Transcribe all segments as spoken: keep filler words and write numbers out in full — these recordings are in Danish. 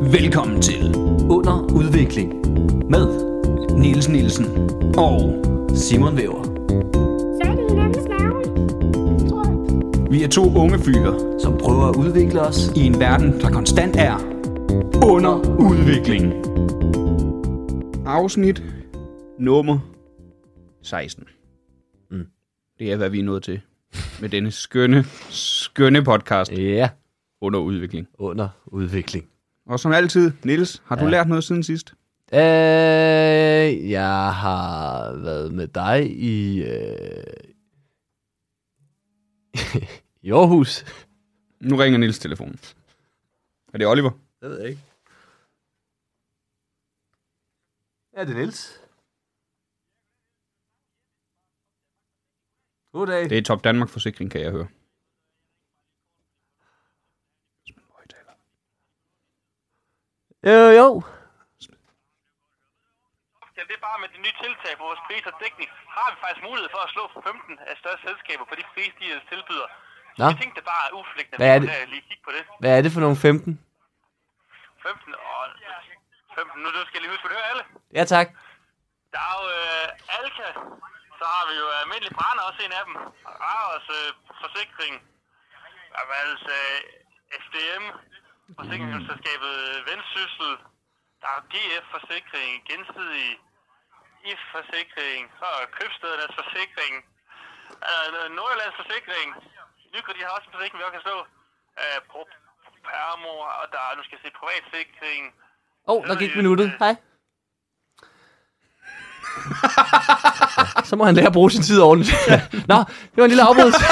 Velkommen til Under Udvikling med Niels Nielsen og Simon Væver. Så er det hinandens navn, tror jeg. vi er to unge fyre Som prøver at udvikle os i en verden, der konstant er under udvikling. Afsnit nummer seksten. Mm. Det er, hvad vi er nået til med denne skønne, skønne podcast Ja, under udvikling. under udvikling. Og som altid, Niels, har du Ja. lært noget siden sidst? Øh, jeg har været med dig i, øh, i Aarhus. Nu ringer Niels telefonen. Er det Oliver? Det ved jeg ikke. Ja, det er Niels. Goddag. Det er Top Danmark Forsikring, kan jeg høre. Jo, jo. Ja, det er bare med de nye tiltag på vores pris og dækning, har vi faktisk mulighed for at slå femten af større selskaber på de priser, de tilbyder. Nå. Jeg tænkte, det bare er uflægtende, Hvad er det? at lige kigge på det. Hvad er det for nogle femten? femten og femten, nu skal jeg lige huske, at høre alle. Ja, tak. Der er jo øh, Alka, så har vi jo almindelig brænder, også en af dem. Aros øh, forsikring, der er altså øh, F D M, forsikringsselskabet Vendsyssel, der er G F Forsikring, gensidig I F Forsikring, så er Købstedernes Forsikring, øh, Nordjyllands Forsikring, Nykredit, de har også en forsikring, vi også kan stå, øh, Pro- Permo, og der er, nu skal jeg se, Privatsikring. Åh, oh, der gik minuttet. Hej. Så må han lære at bruge sin tid ordentligt. Nå, det var en lille afbrydelse.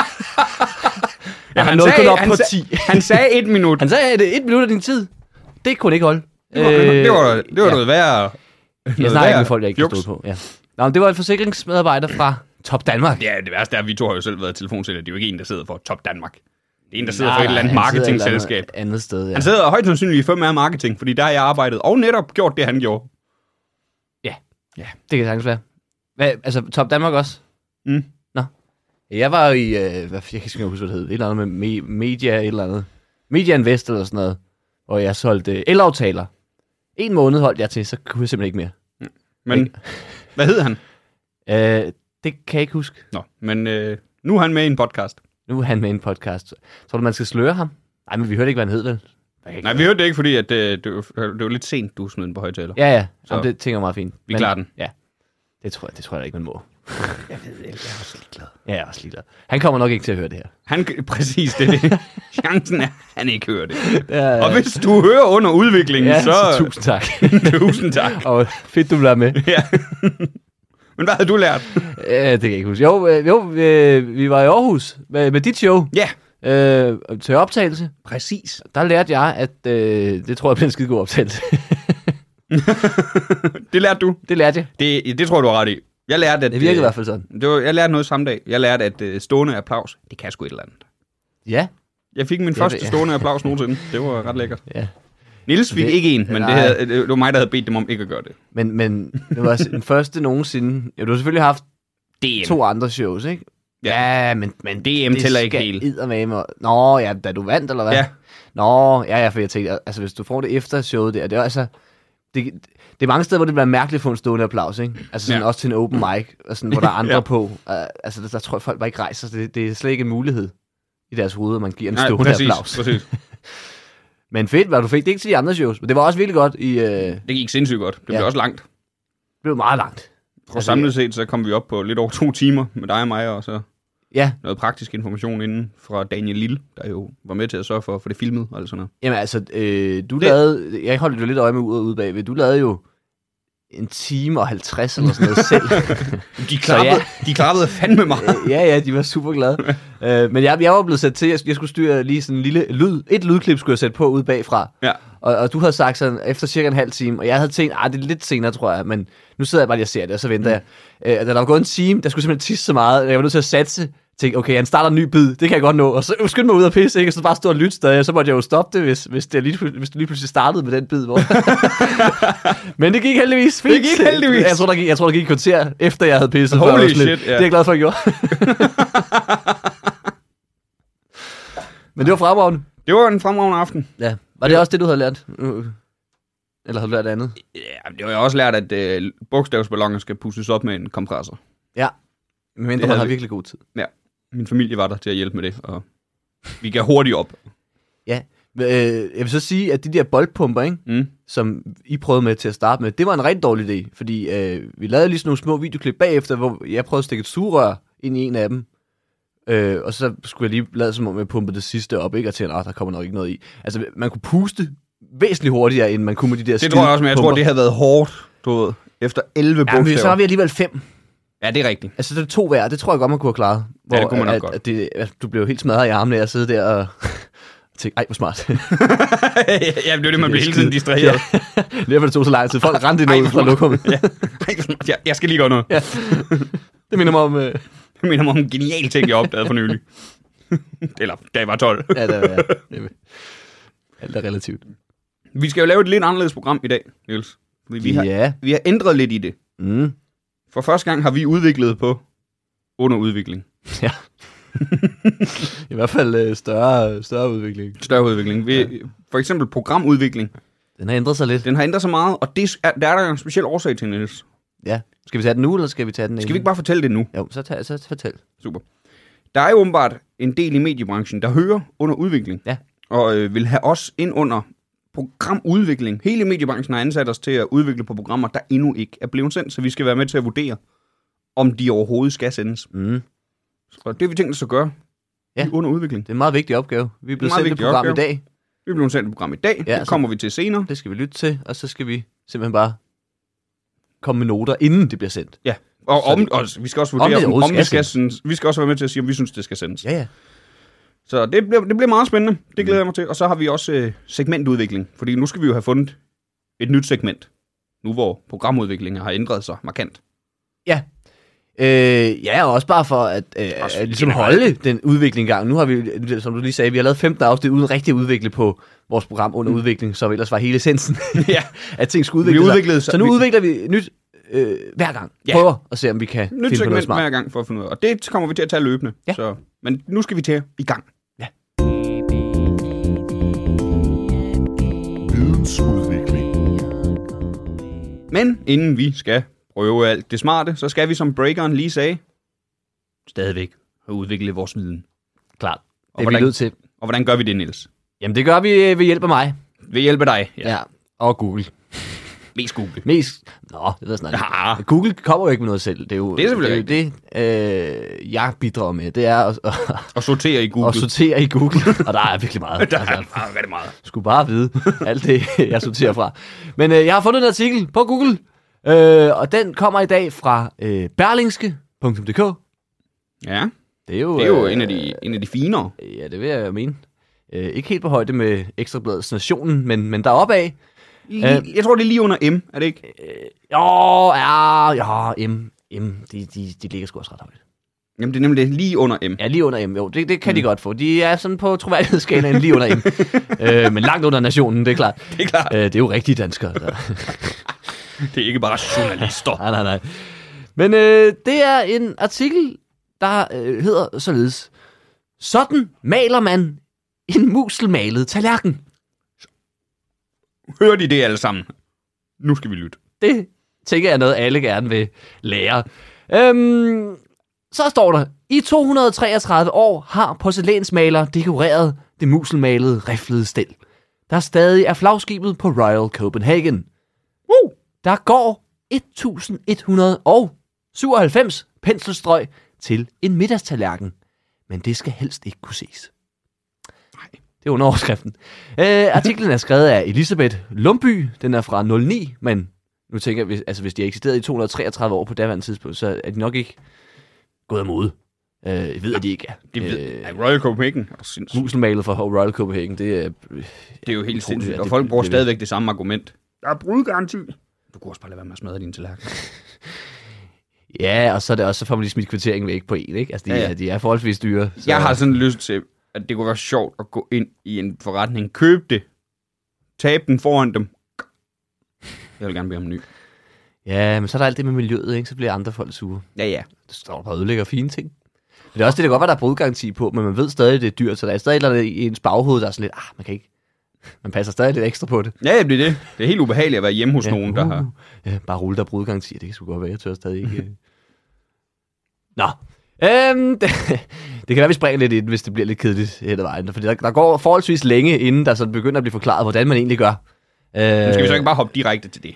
Ja, han nåede kun op han, på sag, ti. han sagde et minut. Han sagde, at det er et minut af din tid. Det kunne ikke holde. Det var, øh, det var, det var ja. noget værre. Jeg snakker ikke med folk, jeg ikke kan stå på. Ja. Nå, men det var en forsikringsmedarbejder fra Top Danmark. Ja, det værste er, at vi to har jo selv været telefonsælger. Det er jo ikke en, der sidder for Top Danmark. Det er en, der sidder Nej, for et eller andet han sidder et marketingselskab. eller andet sted, ja. Han sidder højst sandsynligt i fem af marketing, fordi der har jeg arbejdet og netop gjort det, han gjorde. Ja, Ja. det kan sagtens være. Hvad, altså, Top Danmark også? Mm. Nå. Jeg var jo i, øh, hvad, jeg kan ikke huske, hvad det hed, et eller andet med me- Media, et eller andet. Media Invest eller sådan noget, hvor jeg solgte øh, el-aftaler. En måned holdt jeg til, så kunne jeg simpelthen ikke mere. Men hvad hed han? Øh, det kan jeg ikke huske. Nå, men øh, nu er han med i en podcast. Nu er han med i en podcast. Tror du, man skal sløre ham? Nej, men vi hørte ikke, hvad han hed, vel? Nej, vi hørte det ikke, fordi at, øh, det, var, det var lidt sent, du smed den på højtaler. Ja, ja. Så Jamen, det tænker jeg meget fint. vi klarer den. Ja. Det tror jeg, det tror jeg ikke, man må. Jeg ved ikke, jeg er også ligeglad. Ja, jeg er også ligeglad. Han kommer nok ikke til at høre det her. Han, præcis, det er det. Chancen er, at han ikke hører det. Ja, Og hvis du hører under udviklingen, ja, så... så tusind tak. Tusind tak. Og fedt, du vil være med. Ja. Men hvad havde du lært? Ja, det kan jeg ikke huske. Jo, øh, jo øh, vi var i Aarhus med, med dit show Ja, øh, til optagelse. præcis. Der lærte jeg, at øh, det tror jeg bliver en skide god optagelse. Det lærte du. Det lærte jeg. Det, det tror jeg, du har ret i. Jeg lærte, at... Det virker i øh, hvert fald sådan. Det var, jeg lærte noget samme dag. Jeg lærte, at øh, stående applaus, det kan sgu et eller andet. Ja. Jeg fik min Det første ved jeg. stående applaus nogensinde. Det var ret lækkert. Ja. Niels fik Det- ikke en, men det, Nej. havde, det var mig, der havde bedt dem om ikke at gøre det. Men, men det var den første nogensinde. Ja, du har selvfølgelig haft D M. to andre shows, ikke? Ja. Ja, men, men D M tæller ikke helt. helt. Nå, ja, da du vandt, eller hvad? Ja. Nå, ja, ja, for jeg tænkte, altså hvis du får det efter showet der, det er altså... Det, det er mange steder, hvor det bliver mærkeligt at få en stående applaus, ikke? Altså sådan Ja. også til en open mic, og sådan, hvor der er andre Ja. på. Uh, altså der, der tror jeg, folk bare ikke rejser, så det, det er slet ikke en mulighed i deres hoved, at man giver en Nej, stående præcis, applaus. præcis. Men fedt, hvad du fik det ikke til de andre shows, men det var også virkelig godt i... Uh, det Det gik sindssygt godt. Det blev Ja. også langt. blev meget langt. Og samlet set, så kom vi op på lidt over to timer med dig og mig, og så Ja, noget praktisk information inden fra Daniel Lille, der jo var med til at sørge for, for det filmet og alt sådan noget. jamen altså, øh, du Det- lavede... Jeg holdt jo lidt øje med ud og ude bagved. Du lavede jo en time og halvtreds eller sådan noget selv. De klappede, ja. de klappede fandme mig. Ja, ja, de var super glade. uh, men jeg, jeg var blevet sat til, jeg, jeg skulle styre lige sådan en lille lyd. Et lydklip skulle jeg sætte på ude bagfra. Ja. Og, og du havde sagt sådan, efter cirka en halv time, og jeg havde tænkt, ah, det er lidt senere, tror jeg, men nu sidder jeg bare lige og ser det, og så venter mm. jeg. Uh, da der var gået en time, der skulle simpelthen tisse så meget, og jeg var nødt til at satse. Tænkte, okay, han starter en ny bid, det kan jeg godt nå. Og så skyndte mig ud og pisse, ikke? Og så bare stå og lytte stadig, og så måtte jeg jo stoppe det, hvis, hvis, det, lige, hvis det lige pludselig startede med den bid. Hvor... Men det gik heldigvis fint. Det gik heldigvis. Jeg tror, der gik, jeg tror, der gik et kvarter, efter jeg havde pisset. Holy før jeg var sådan shit, lidt, ja. Det er jeg glad for, at jeg gjorde. Men det var fremragende. Det var en fremragende aften. Ja, Var det også det, du havde lært? Eller havde du lært andet? Ja, det har jeg også lært, at øh, bogstavsballoner skal pusses op med en kompressor. Ja, men man har vi. virkelig god tid. Ja, min familie var der til at hjælpe med det, og vi gav hurtigt op. Ja, øh, jeg vil så sige, at de der boldpumper, ikke, Mm. som I prøvede med til at starte med, det var en rigtig dårlig idé, fordi øh, vi lavede lige sådan nogle små videoklip bagefter, hvor jeg prøvede at stikke et sugerør ind i en af dem, øh, og så skulle jeg lige lade som om, jeg pumpede det sidste op, ikke, og tænkte, at der kommer nok ikke noget i. Altså, man kunne puste væsentligt hurtigere, end man kunne med de der Det tror jeg også, men jeg tror, det havde været hårdt, du ved, efter elleve ja, bogstaver. så var vi alligevel fem. Ja, det er rigtigt. Altså, det er to hver, det tror jeg godt, man kunne have klaret. Hvor, Ja, det kunne man nok at, godt. At det, at du blev helt smadret i armene af at sidde der og tænke, ej, hvor smart. Ja, det er det, man bliver hele tiden distraheret. Ja. Lige for det tog så lang tid. Folk rendte ind ud fra lokummet. Ja. Ja, jeg skal lige gøre noget. Ja. Det minder mig om... Uh... Det minder mig om en genial ting, jeg opdagede for nylig. Eller da jeg var tolv. ja, det er, ja. Det er, alt er relativt. Vi skal jo lave et lidt anderledes program i dag, Niels. Vi, vi, har, Ja. vi har ændret lidt i det. Mm. For første gang har vi udviklet på under udvikling. Ja. I hvert fald uh, større, større udvikling. Større udvikling. Vi, ja. For eksempel programudvikling. Den har ændret sig lidt. Den har ændret sig meget, og det er, der er der en speciel årsag til, Niels. Ja. Skal vi tage den nu, eller skal vi tage den? Skal vi ikke bare fortælle det nu? Jo, så, tag, så fortæl. Super. Der er jo åbenbart en del i mediebranchen, der hører under udvikling. Ja. Og øh, vil have os ind under programudvikling. Hele mediebranchen har ansat os til at udvikle på programmer, der endnu ikke er blevet sendt, så vi skal være med til at vurdere, om de overhovedet skal sendes. Mm. Så det har vi tænkt os at gøre. Ja. Under udvikling. Det er en meget vigtig opgave. Vi er blevet meget sendt et vigtig program opgave. i dag. Vi bliver sendt et program i dag. Ja, det kommer vi til senere. Det skal vi lytte til, og så skal vi simpelthen bare komme med noter, inden det bliver sendt. Ja. Og, om, det, og vi skal også vurdere, om, det om, om skal det skal sendes. Vi skal også være med til at sige, om vi synes, det skal sendes. Ja, ja. Så det bliver, det bliver meget spændende. Det glæder jeg mig til. Og så har vi også øh, segmentudvikling. Fordi nu skal vi jo have fundet et nyt segment. Nu hvor programudviklingen har ændret sig markant. Ja. Øh, ja, og også bare for at, øh, at ligesom holde den udvikling i gang. Nu har vi, som du lige sagde, vi har lavet femten afsnit uden rigtig at udvikle på vores program under mm. udvikling, som ellers var hele essensen, Ja. at ting skulle udvikle Vi sig. Så nu vi, udvikler vi nyt øh, hver gang. Ja. Prøver at se, om vi kan nyt finde på noget segment smart. hver gang for at finde ud af. Og det kommer vi til at tage løbende. Ja. Så, men nu skal vi til i gang. Ja. Vidensudvikling. Men inden vi skal prøve alt det smarte, så skal vi, som breakeren lige sagde, stadigvæk have udviklet vores viden. Klart. Det Og er vi hvordan- nødt til. Og hvordan gør vi det, Niels? Jamen, det gør vi øh, ved hjælp af mig. Ved hjælp af dig. Ja. ja. Og Google. Mest Google. Mest... Nå, det ved jeg snart ikke. Ja. Google kommer jo ikke med noget selv. Det er jo Det er selvfølgelig det, er jo det øh, jeg bidrager med. Det er at, at, Og sortere i Google. at sortere i Google. Og der er virkelig meget. Der er Altså, meget, rigtig meget. skulle bare vide alt det, jeg sorterer fra. Men øh, jeg har fundet en artikel på Google, øh, og den kommer i dag fra øh, berlingske punktum d k. Ja, Det er jo, det er jo øh, en af de, en af de finere. Ja, det vil jeg mene. Øh, ikke helt på højde med Ekstrabladets Nationen, men, men deroppe af. Lige, jeg tror, det er lige under M, er det ikke? Jo, ja, ja, M, M, de, de, de ligger sgu også ret højt. Jamen, det er nemlig lige under M. Ja, lige under M, jo, det, det kan mm. de godt få. De er sådan på troværdighedsskalaen lige under M. øh, men langt under Nationen, det er klart. Det er klart. Øh, det er jo rigtige danskere. Der. Det er ikke bare journalister. nej, nej, nej. Men øh, det er en artikel, der øh, hedder således: Sådan maler man en muselmalet tallerken. Hører de det alle sammen? Nu skal vi lytte. Det tænker jeg er noget, alle gerne vil lære. Øhm, så står der: I to hundrede treogtredive år har porcelænsmaler dekoreret det muselmalede riflede stel, der stadig er flagskibet på Royal Copenhagen. Uh! Der går et tusind et hundrede syvoghalvfems penselstrøg til en middagstallerken, men det skal helst ikke kunne ses. Nej. Det er under overskriften. Øh, artiklen er skrevet af Elisabeth Lumby. Den er fra nul ni, men nu tænker jeg, hvis, altså, hvis de har eksisteret i to hundrede treogtredive år på daværende tidspunkt, så er de nok ikke gået af mode. Øh, jeg ved, at de ikke er. De ved, Øh, ja, Royal Copenhagen er sindssygt. Muselmalet fra Royal Copenhagen, det er... Det er jo helt utroligt, sindssygt, at og det- folk bruger det- stadigvæk det samme argument. Der er brudgaranti. Du kunne også bare lade være med at smadre din tallerken. Ja, og så, er det også, så får man lige smidt kvitteringen væk på en, ikke? Altså, de, Ja, ja, ja. ja. de er forholdsvis dyre. Så... Jeg har sådan lyst til, at det kunne være sjovt at gå ind i en forretning, købe det, tabe den foran dem. Jeg vil gerne bede om en ny. Ja, men så er der alt det med miljøet, ikke? Så bliver andre folk sure. Ja, ja. Det står bare og ødelægger fine ting. Men det er også det, der godt være, der er brudgaranti på, men man ved stadig, det er dyrt, så der er stadig et eller andet i ens baghoved, der er sådan lidt, ah, man kan ikke, Man passer stadig lidt ekstra på det. Ja, det er det. Det er helt ubehageligt at være hjemme hos Ja, nogen, der uh, har... Ja, bare rulle der brudgaranti. Det kan sgu godt være, jeg tør stadig ikke. Nå. Øhm, det, det kan være, vi springer lidt ind, hvis det bliver lidt kedeligt hen ad vejen. Fordi der, der går forholdsvis længe, inden der sådan begynder at blive forklaret, hvordan man egentlig gør. Øh, Nu skal vi så ikke bare hoppe direkte til det.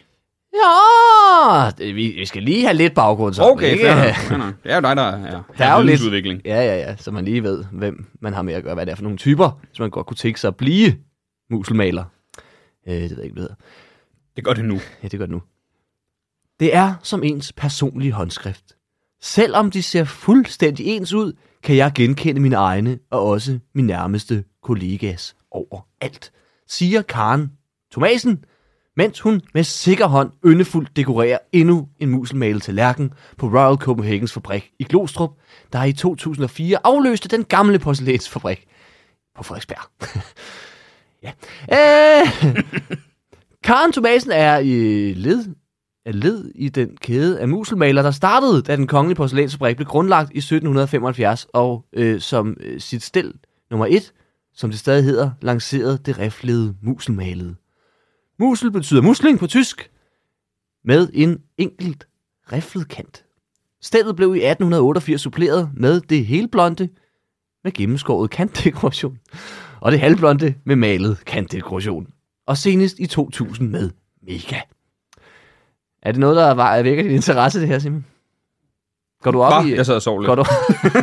Ja, det, vi, vi skal lige have lidt baggrund. Så Okay, ikke? fair nok, fair nok. Det er jo dig, der er, Der er jo lidt udvikling. Ja, ja, ja, så man lige ved, hvem man har med at gøre, hvad det er for nogle typer, så man godt kunne tænke sig at blive muselmaler. Øh, det ved jeg ikke, hvad det hedder. Det gør det nu. Ja, det gør det nu. Det er som ens personlige håndskrift. Selvom de ser fuldstændig ens ud, kan jeg genkende mine egne og også min nærmeste kollegas overalt, siger Karen Thomasen, mens hun med sikker hånd yndefuldt dekorerer endnu en muselmalet tallerken på Royal Copenhagens fabrik i Glostrup, der i to tusind og fire afløste den gamle porcelænsfabrik på Frederiksberg. ja. Øh, Karen Thomasen er i led, er led i den kæde af muselmalere, der startede, da den kongelige porcelænsfabrik blev grundlagt i sytten femoghalvfjerds, og øh, som øh, sit stel nummer et, som det stadig hedder, lancerede det riflede muselmalede. Musel betyder musling på tysk, med en enkelt riflet kant. Stedet blev i atten otteogfirs suppleret med det helblonde med gennemskåret kantdekoration, og det halvblonde med malet kantdekoration. Og senest i to tusind med Mega. Er det noget, der var, vækker din interesse, det her, Simon? Går du op Bah, i... jeg sad og sov lidt. Går du...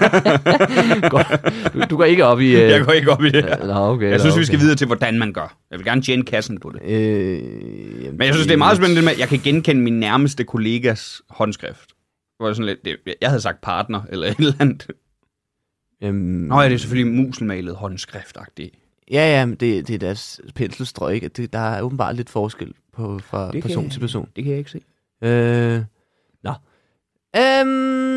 går, du, du går ikke op i... Uh... Jeg går ikke op i det her. Nå, okay, Jeg synes, okay. vi skal videre til, hvordan man gør. Jeg vil gerne tjene kassen på det. Øh, jamen, Men jeg synes, det er meget spændende med, at jeg kan genkende min nærmeste kollegas håndskrift. Hvor jeg, sådan lidt, det, jeg havde sagt partner, eller et eller andet. Øhm, Nå ja, det er selvfølgelig muselmalet håndskriftagtigt. Ja, ja, men det, det er deres penselstrøg, ikke? Det, der er åbenbart lidt forskel på, fra Det person kan, til person. Det kan jeg ikke se. Øh, nå. Øhm,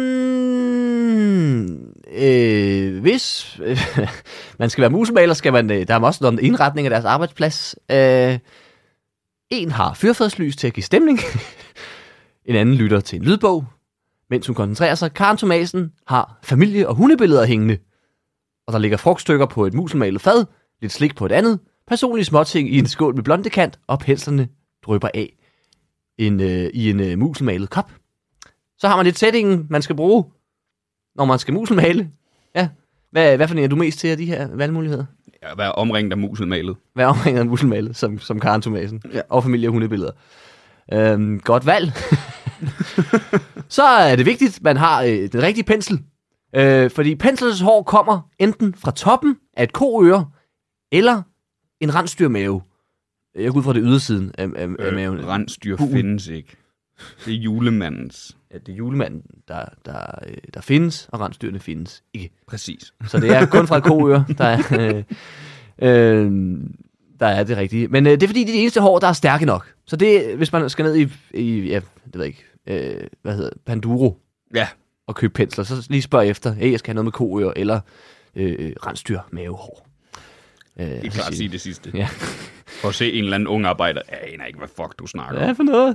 øh, hvis øh, man skal være musemaler, skal man, øh, der er også noget indretning af deres arbejdsplads. Øh, en har fyrfadslys til at give stemning. En anden lytter til en lydbog, mens hun koncentrerer sig. Karen Thomasen har familie- og hundebilleder hængende. Og der ligger frugtstykker på et muselmalet fad, lidt slik på et andet, personlige småting i en skål med blondekant, og penslerne drypper af en, øh, i en øh, muselmalet kop. Så har man lidt settingen, man skal bruge, når man skal muselmale. Ja. Hvad, hvad for en er du mest til af de her valgmuligheder? At være omringet af muselmalet. Hvad omringer en muselmalet, som, som Karen Thomasen? Ja. Og familie- og hundebilleder. Øhm, godt valg. Så er det vigtigt, at man har øh, den rigtige pensel. Øh, fordi penslens hår kommer enten fra toppen af et koøre, eller en rensdyrmave. Jeg går ud fra det ydersiden af, af, af maven. Øh, rensdyr findes ikke. Det er julemandens. Ja, det er julemanden, der, der, øh, der findes, og rensdyrene findes ikke. Præcis. Så det er kun fra et koøre, der er, øh, øh, der er det rigtige. Men øh, det er fordi, det er de eneste hår, der er stærke nok. Så det, hvis man skal ned i, i ja, det ved jeg ikke, øh, hvad hedder Panduro, Ja. og købe pensler, så lige spørg efter, hey, jeg skal have noget med koøre, eller øh, rensdyr mavehår. Øh, Det er klart at sige det sidste. Ja. For at se en eller anden ung arbejder. Jeg aner ikke, hvad fuck du snakker om. Hvad for noget?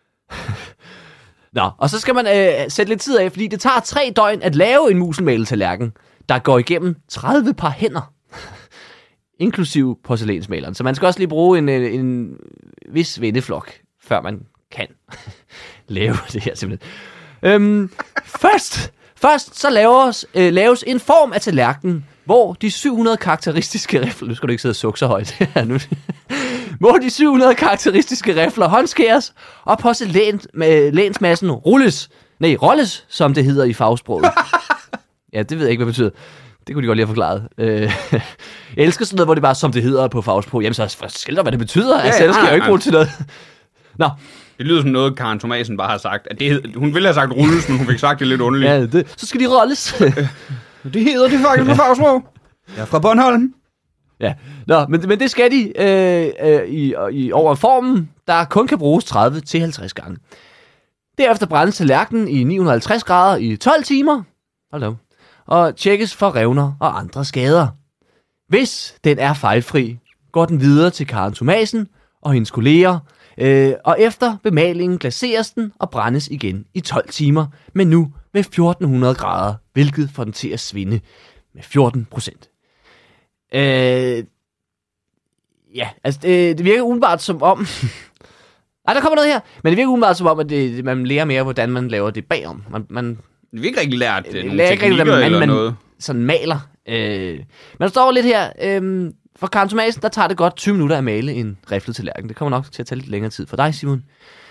Nå, og så skal man øh, sætte lidt tid af, fordi det tager tre døgn at lave en muselmalet tallerken, der går igennem tredive par hænder, inklusive porcelænsmaleren. Så man skal også lige bruge en, en, en vis venneflok, før man kan lave det her simpelthen. Øhm, først, først så laves, øh, laves en form af tallerkenen, hvor de syv hundrede karakteristiske rifler, nu skal du ikke sidde og sukke så højt her nu, hvor de syv hundrede karakteristiske rifler håndskæres, og porcelænsmassen rulles, nej, rolles, som det hedder i fagsproget. Ja, det ved jeg ikke, hvad det betyder. Det kunne de godt lige have forklaret. Øh, jeg elsker sådan noget, hvor det bare som det hedder på fagsprog. Jamen så skil dig, hvad det betyder. Ja, altså, det skal jeg jo ikke bruge til noget. Nå. Det lyder som noget, Karen Thomasen bare har sagt. At det, hun ville have sagt rulles, men hun fik sagt det lidt underligt. Ja, det, så skal de rolles. Det hedder det faktisk på fagsprog. Jeg er fra Bornholm. Ja, nå, men, men det skal de øh, øh, i, i over formen, der kun kan bruges tredive til halvtreds gange. Derefter brændes tallerkenen i ni hundrede og halvtreds grader i tolv timer. Hold da. Og tjekkes for revner og andre skader. Hvis den er fejlfri, går den videre til Karen Thomasen og hendes kolleger, øh, og efter bemalingen glaseres den og brændes igen i tolv timer, men nu med fjorten hundrede grader, hvilket får den til at svinde med fjorten procent. Øh, Ja, altså det, det virker umiddelbart som om... Nej, der kommer noget her. Men det virker umiddelbart som om, at det, man lærer mere, hvordan man laver det bagom. Man, man Vi har ikke rigtig lært øh, øh, nogle lærer ikke rigtig, teknikker hvordan eller man, noget. man sådan maler. Øh, men der står lidt her... Øh, for Karen Thomasen, der tager det godt tyve minutter at male en riflet tallerken. Det kommer nok til at tage lidt længere tid for dig, Simon.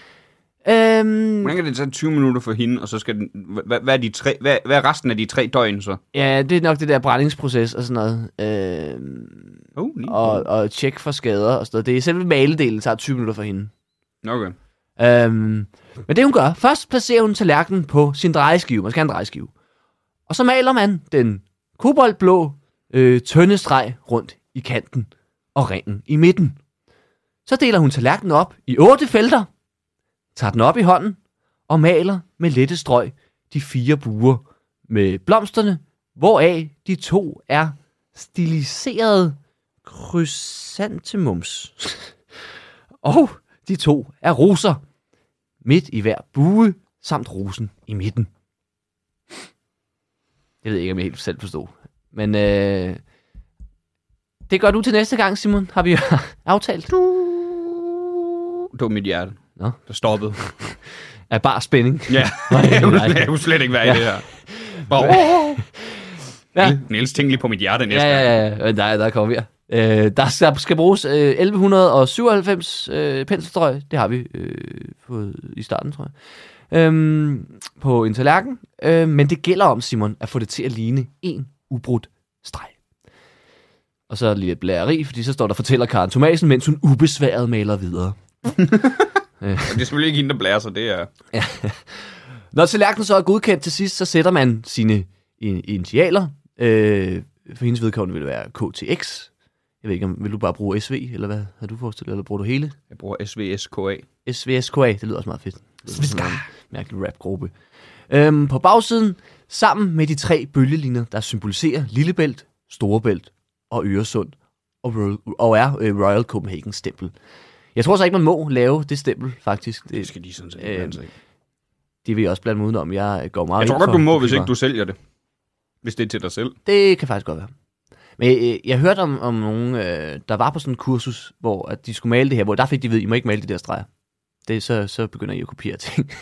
Øhm, Hvordan kan det tage tyve minutter for hende, og så skal den... Hvad, hvad, er, de tre, hvad, hvad er resten af de tre døgn så? ja, det er nok det der brændingsproces og sådan noget. Øhm, Oh, lige. og, og tjek for skader og sådan noget. Det er selve maledelen, der tager tyve minutter for hende. Okay. Øhm, men det hun gør, først placerer hun tallerkenen på sin drejeskive. Man skal have en drejeskive. Og så maler man den koboldblå øh, tynde streg rundt i kanten og ringen i midten. Så deler hun tallerkenen op i otte felter, tager den op i hånden og maler med lette strøg de fire buer med blomsterne, hvoraf de to er stiliserede krysantemums. Og de to er roser midt i hver bue, samt rosen i midten. Jeg ved ikke, om jeg helt selv forstod. Men øh, det gør du til næste gang, Simon, har vi aftalt. Det var mit hjerte, Nå. der stoppede. Er bare spænding. Ja, Nej, jeg kunne, nej. jeg kunne slet ikke være Ja. i det her. Bare, Ja. Niels, tænk lige på mit hjerte næste Ja, gang. ja, ja, ja. Der, der kommer mere. Øh, der skal, skal bruges øh, elleve syvoghalvfems øh, penselstrøg. Det har vi øh, fået i starten, tror jeg. Øhm, på en tallerken. Øh, men det gælder om, Simon, at få det til at ligne en ubrudt streg. Og så lige et blæreri, fordi så står der fortæller Karen Thomasen, mens hun ubesværet maler videre. Det er selvfølgelig ikke hende, der blærer sig, det er... Ja. Når tallerkenen så er godkendt til sidst, så sætter man sine initialer. Øh, for hendes vedkommende vil det være K T X. Jeg ved ikke, om vil du bare bruge S V, eller hvad har du forestillet, eller bruger du hele? Jeg bruger S V S K A. S V S K A, det lyder også meget fedt. Det lyder som en mærkelig rapgruppe. Øhm, på bagsiden, sammen med de tre bølgelinjer, der symboliserer Lillebælt, Storebælt og Øresund, og, Royal, og er øh, Royal Copenhagen stempel. Jeg tror så ikke, man må lave det stempel, faktisk. Det skal de sådan set Øh, øh, Det vil jeg også blande mig udenom. Jeg går meget Jeg tror ind godt, for du må, hvis kopivarer. ikke du sælger det. Hvis det er til dig selv. Det kan faktisk godt være. Men øh, jeg hørte om, om nogen, øh, der var på sådan en kursus, hvor at de skulle male det her, hvor der fik de ved, I må ikke male de der streger. Det, så, så begynder I at kopiere ting.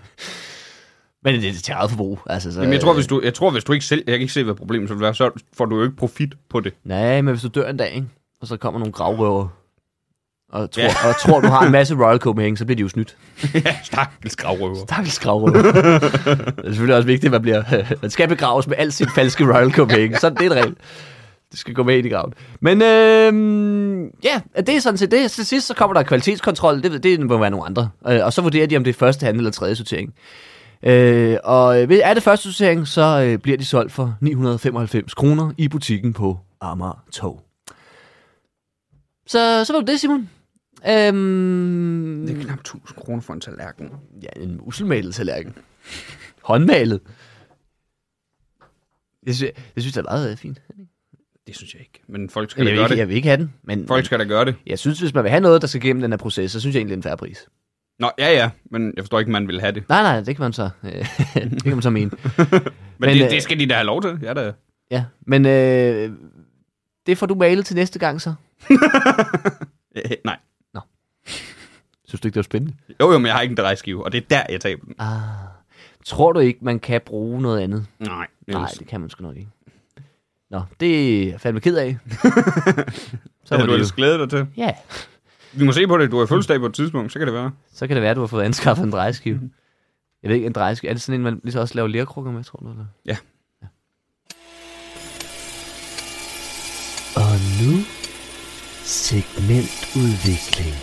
Men det er til eget forbrug. Altså, så, Jamen, jeg tror, hvis du, jeg tror, hvis du ikke sælger... Jeg kan ikke se, hvad problemet vil være. Så får du jo ikke profit på det. Nej, men hvis du dør en dag, ikke? Og så kommer nogle gravrøver, og tror, Ja. og tror, du har en masse Royal Copenhagen, så bliver de jo snydt. Ja, stakkels gravrøver. Stakkels gravrøver. Det er selvfølgelig også vigtigt, at man, bliver, man skal begraves med alt sit falske Royal Copenhagen. Så det er en regel. Det skal gå med ind i graven. Men øh, ja, det er sådan set det. Til sidst så kommer der kvalitetskontrol. Det, det må være nogle andre. Øh, og så vurderer de, om det er første, anden eller tredje sortering. Øh, og er det første sortering, så øh, bliver de solgt for ni hundrede femoghalvfems kroner i butikken på Amager Torv. Så, så var det det, Simon. Øhm, Det er knap tusind kroner for en tallerken. Ja, en muselmalet tallerken. Håndmalet. Jeg synes, jeg synes det er meget øh, fint. Det synes jeg ikke. Men folk skal Jeg da vil, gøre ikke, det. jeg vil ikke have den, men Folk skal da gøre det. jeg synes, hvis man vil have noget, der skal gennem den her proces, så synes jeg egentlig, det er en fair pris. Nå, ja, ja. Men jeg forstår ikke, man vil have det. Nej, nej, det kan man så, øh, det kan man så mene. Men, Men, det, øh, det skal de da have lov til. Ja, da. Ja, men øh, det får du malet til næste gang så. Øh, nej. Synes du ikke, det var spændende? Jo, jo, men jeg har ikke en drejskive, og det er der, jeg taber den. Ah, tror du ikke, man kan bruge noget andet? Nej. Nej, det kan man sgu nok ikke. Nå, det er jeg fandme ked af. Så Så har var du det ellers jo. glædet dig til. Ja, Vi må se på det. Du har fødselsdag på et tidspunkt, så kan det være. så kan det være, at du har fået anskaffet en drejeskive. Jeg ved ikke, en drejeskive. Er det sådan en, man ligesom også laver lerkrukker med, tror du? Eller? Ja. ja. Og nu segmentudvikling.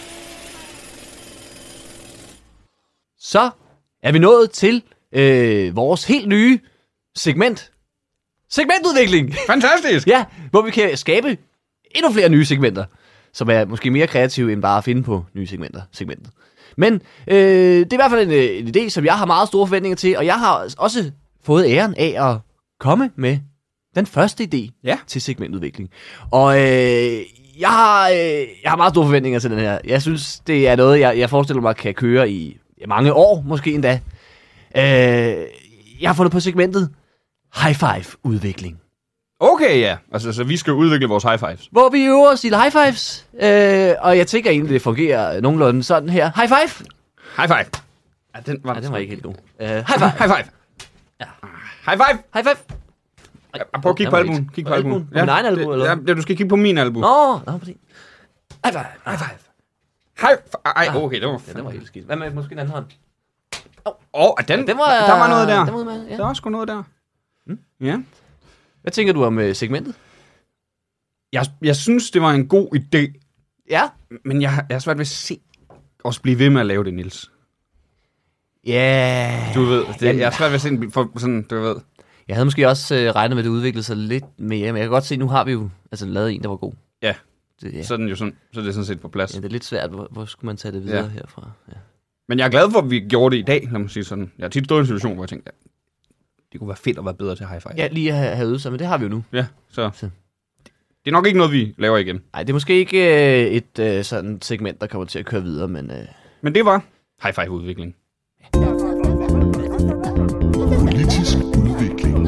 Så er vi nået til øh, vores helt nye segment. Segmentudvikling! Fantastisk! Ja, hvor vi kan skabe endnu flere nye segmenter, som er måske mere kreative end bare at finde på nye segmenter. segmenter. Men øh, det er i hvert fald en, en idé, som jeg har meget store forventninger til, og jeg har også fået æren af at komme med den første idé Ja. til segmentudvikling. Og øh, jeg, har, øh, jeg har meget store forventninger til den her. Jeg synes, det er noget, jeg, jeg forestiller mig kan køre i mange år, måske endda. Øh, jeg har fundet på segmentet High Five-udvikling. Okay, ja. Altså, så vi skal udvikle vores high fives. Hvor vi øver os i high fives. Øh, og jeg tænker egentlig, det fungerer nogenlunde sådan her. High five! High five. Ja, den var, Nej, den var ikke helt god. Uh, high five! High five. Ja. High five. High five! Ja, prøv at kigge på albuen. Kig på albuen. På min egen albu, det, eller? Ja, du skal kigge på min albu. Nå, nå, præcis. High five! High five! High five. Ej, okay, det var... Ja, den var helt skidt. Hvad med måske en anden hånd? Åh, oh, den, Den var, der var noget der. Den var med, ja. Der var sgu noget der. Mm. Ja. Hvad tænker du om uh, segmentet? Jeg, jeg synes, det var en god idé, Ja. men jeg, har- jeg har svært ved at se os blive ved med at lave det, Niels. Ja. Yeah. Du ved, det, jeg har svært ved at se den for sådan, du ved. Jeg havde måske også uh, regnet med, at det udviklede sig lidt mere, men jeg kan godt se, at nu har vi jo altså, lavet en, der var god. Ja, Det, ja. så er, den jo sådan, så er det sådan set på plads. Ja, det er lidt svært. Hvor, hvor skulle man tage det videre Ja. herfra? Ja. Men jeg er glad for, at vi gjorde det i dag, lad mig sige sådan. Jeg har tit stået i en situation, hvor jeg tænkte, ja, det kunne være fedt at være bedre til high five. Ja, lige at have, have øvet sig, men det har vi jo nu. Ja, så. Så. Det er nok ikke noget, vi laver igen. Nej, det er måske ikke øh, et øh, sådan segment, der kommer til at køre videre, men... Øh... Men det var high five udvikling. Politisk udvikling.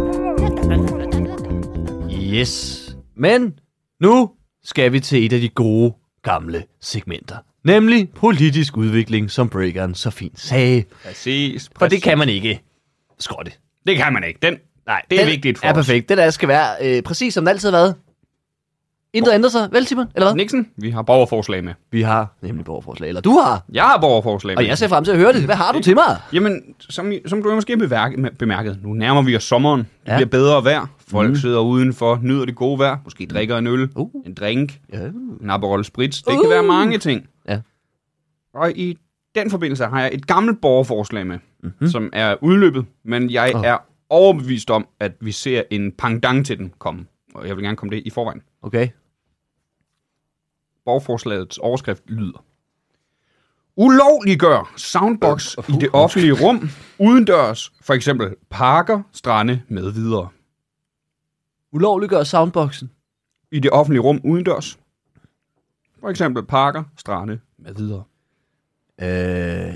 Yes. Men nu skal vi til et af de gode, gamle segmenter. Nemlig politisk udvikling, som Breakeren så fint sagde. Præcis. For det kan man ikke skrotte. Det kan man ikke. Den, nej, det er Den vigtigt for er os. perfekt. Det der skal være øh, præcis som det altid har været. Intet ændrer sig, vel Simon? Eller hvad? Nixon, vi har borgerforslag med. Vi har nemlig borgerforslag, eller du har. Jeg har borgerforslag med. Og jeg ser frem til at høre det. Hvad har du til mig? Jamen, som, I- som du måske har bemærket, bemærket, nu nærmer vi os sommeren. Det Ja. ja. bliver bedre vejr. Folk Mm. mm. sidder udenfor, nyder det gode vejr. Måske drikker en øl, Uh. en drink, Ja. en Aperol Spritz. Det Uh. kan være mange ting. Ja. Og i den forbindelse har jeg et gammelt borgerforslag med, Mhm. mm-hmm. som er udløbet. Men jeg Åh. oh. er overbevist om, at vi ser en pendant til den komme. Og jeg vil gerne komme det i forvejen. Okay. Borgerforslagets overskrift lyder: ulovliggør soundbox Øh, i det offentlige rum, udendørs, for eksempel parker, strande med videre. Ulovliggør soundboxen. I det offentlige rum udendørs, for eksempel parker, strande med videre. Øh...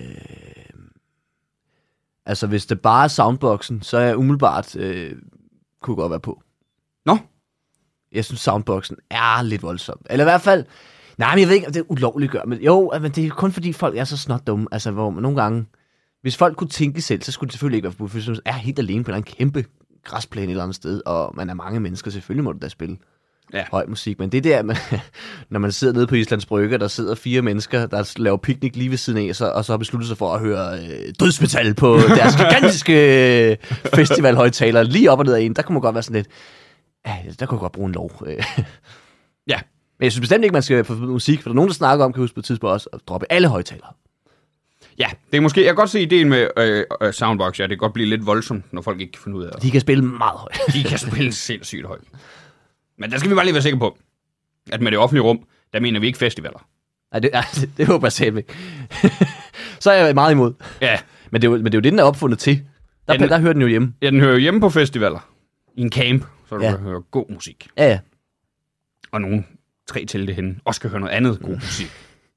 Altså, hvis det bare er soundboxen, så er jeg umiddelbart øh, kunne godt være på. Nå, Jeg synes, soundboxen er lidt voldsom. Eller i hvert fald... Nej, men jeg ved ikke, om det er ulovligt gør. Men jo, men det er kun fordi, folk er så snot dumme. Altså, hvor man nogle gange... Hvis folk kunne tænke selv, så skulle det selvfølgelig ikke være forbudt. For hvis man er helt alene på en kæmpe græsplæne et eller andet sted, og man er mange mennesker, selvfølgelig må du da spille Ja. høj musik. Men det der, med, når man sidder nede på Islands Brygge, der sidder fire mennesker, der laver piknik lige ved siden af, og så, og så har besluttet sig for at høre øh, dødsmetal på deres gigantiske øh, festivalhøjtaler lige op og ned af en, der kunne man godt være sådan lidt... Ja, der kunne jeg godt bruge en lov. øh. ja. Men jeg synes bestemt ikke, man skal forbyde musik, for der er nogen, der snakker om, kan jeg huske på et tidspunkt også, at droppe alle højtalere. Ja, det er måske... Jeg kan godt se ideen med øh, øh, soundbox, ja. Det kan godt blive lidt voldsomt, når folk ikke kan finde ud af det. De kan spille meget højt. De kan spille sindssygt højt. Men der skal vi bare lige være sikre på, at med det offentlige rum, der mener vi ikke festivaler. Nej, det, det, det håber jeg selv ikke. Så er jeg meget imod. Ja, Men det, er jo, men det er jo det, den er opfundet til. Der, Ja, den- der hører den jo hjemme. ja den hører jo hjemme på festivaler. I en camp, så du Ja. ja. kan høre god musik. Ja, ja. Og nogen tre til det henne også kan høre noget andet god musik.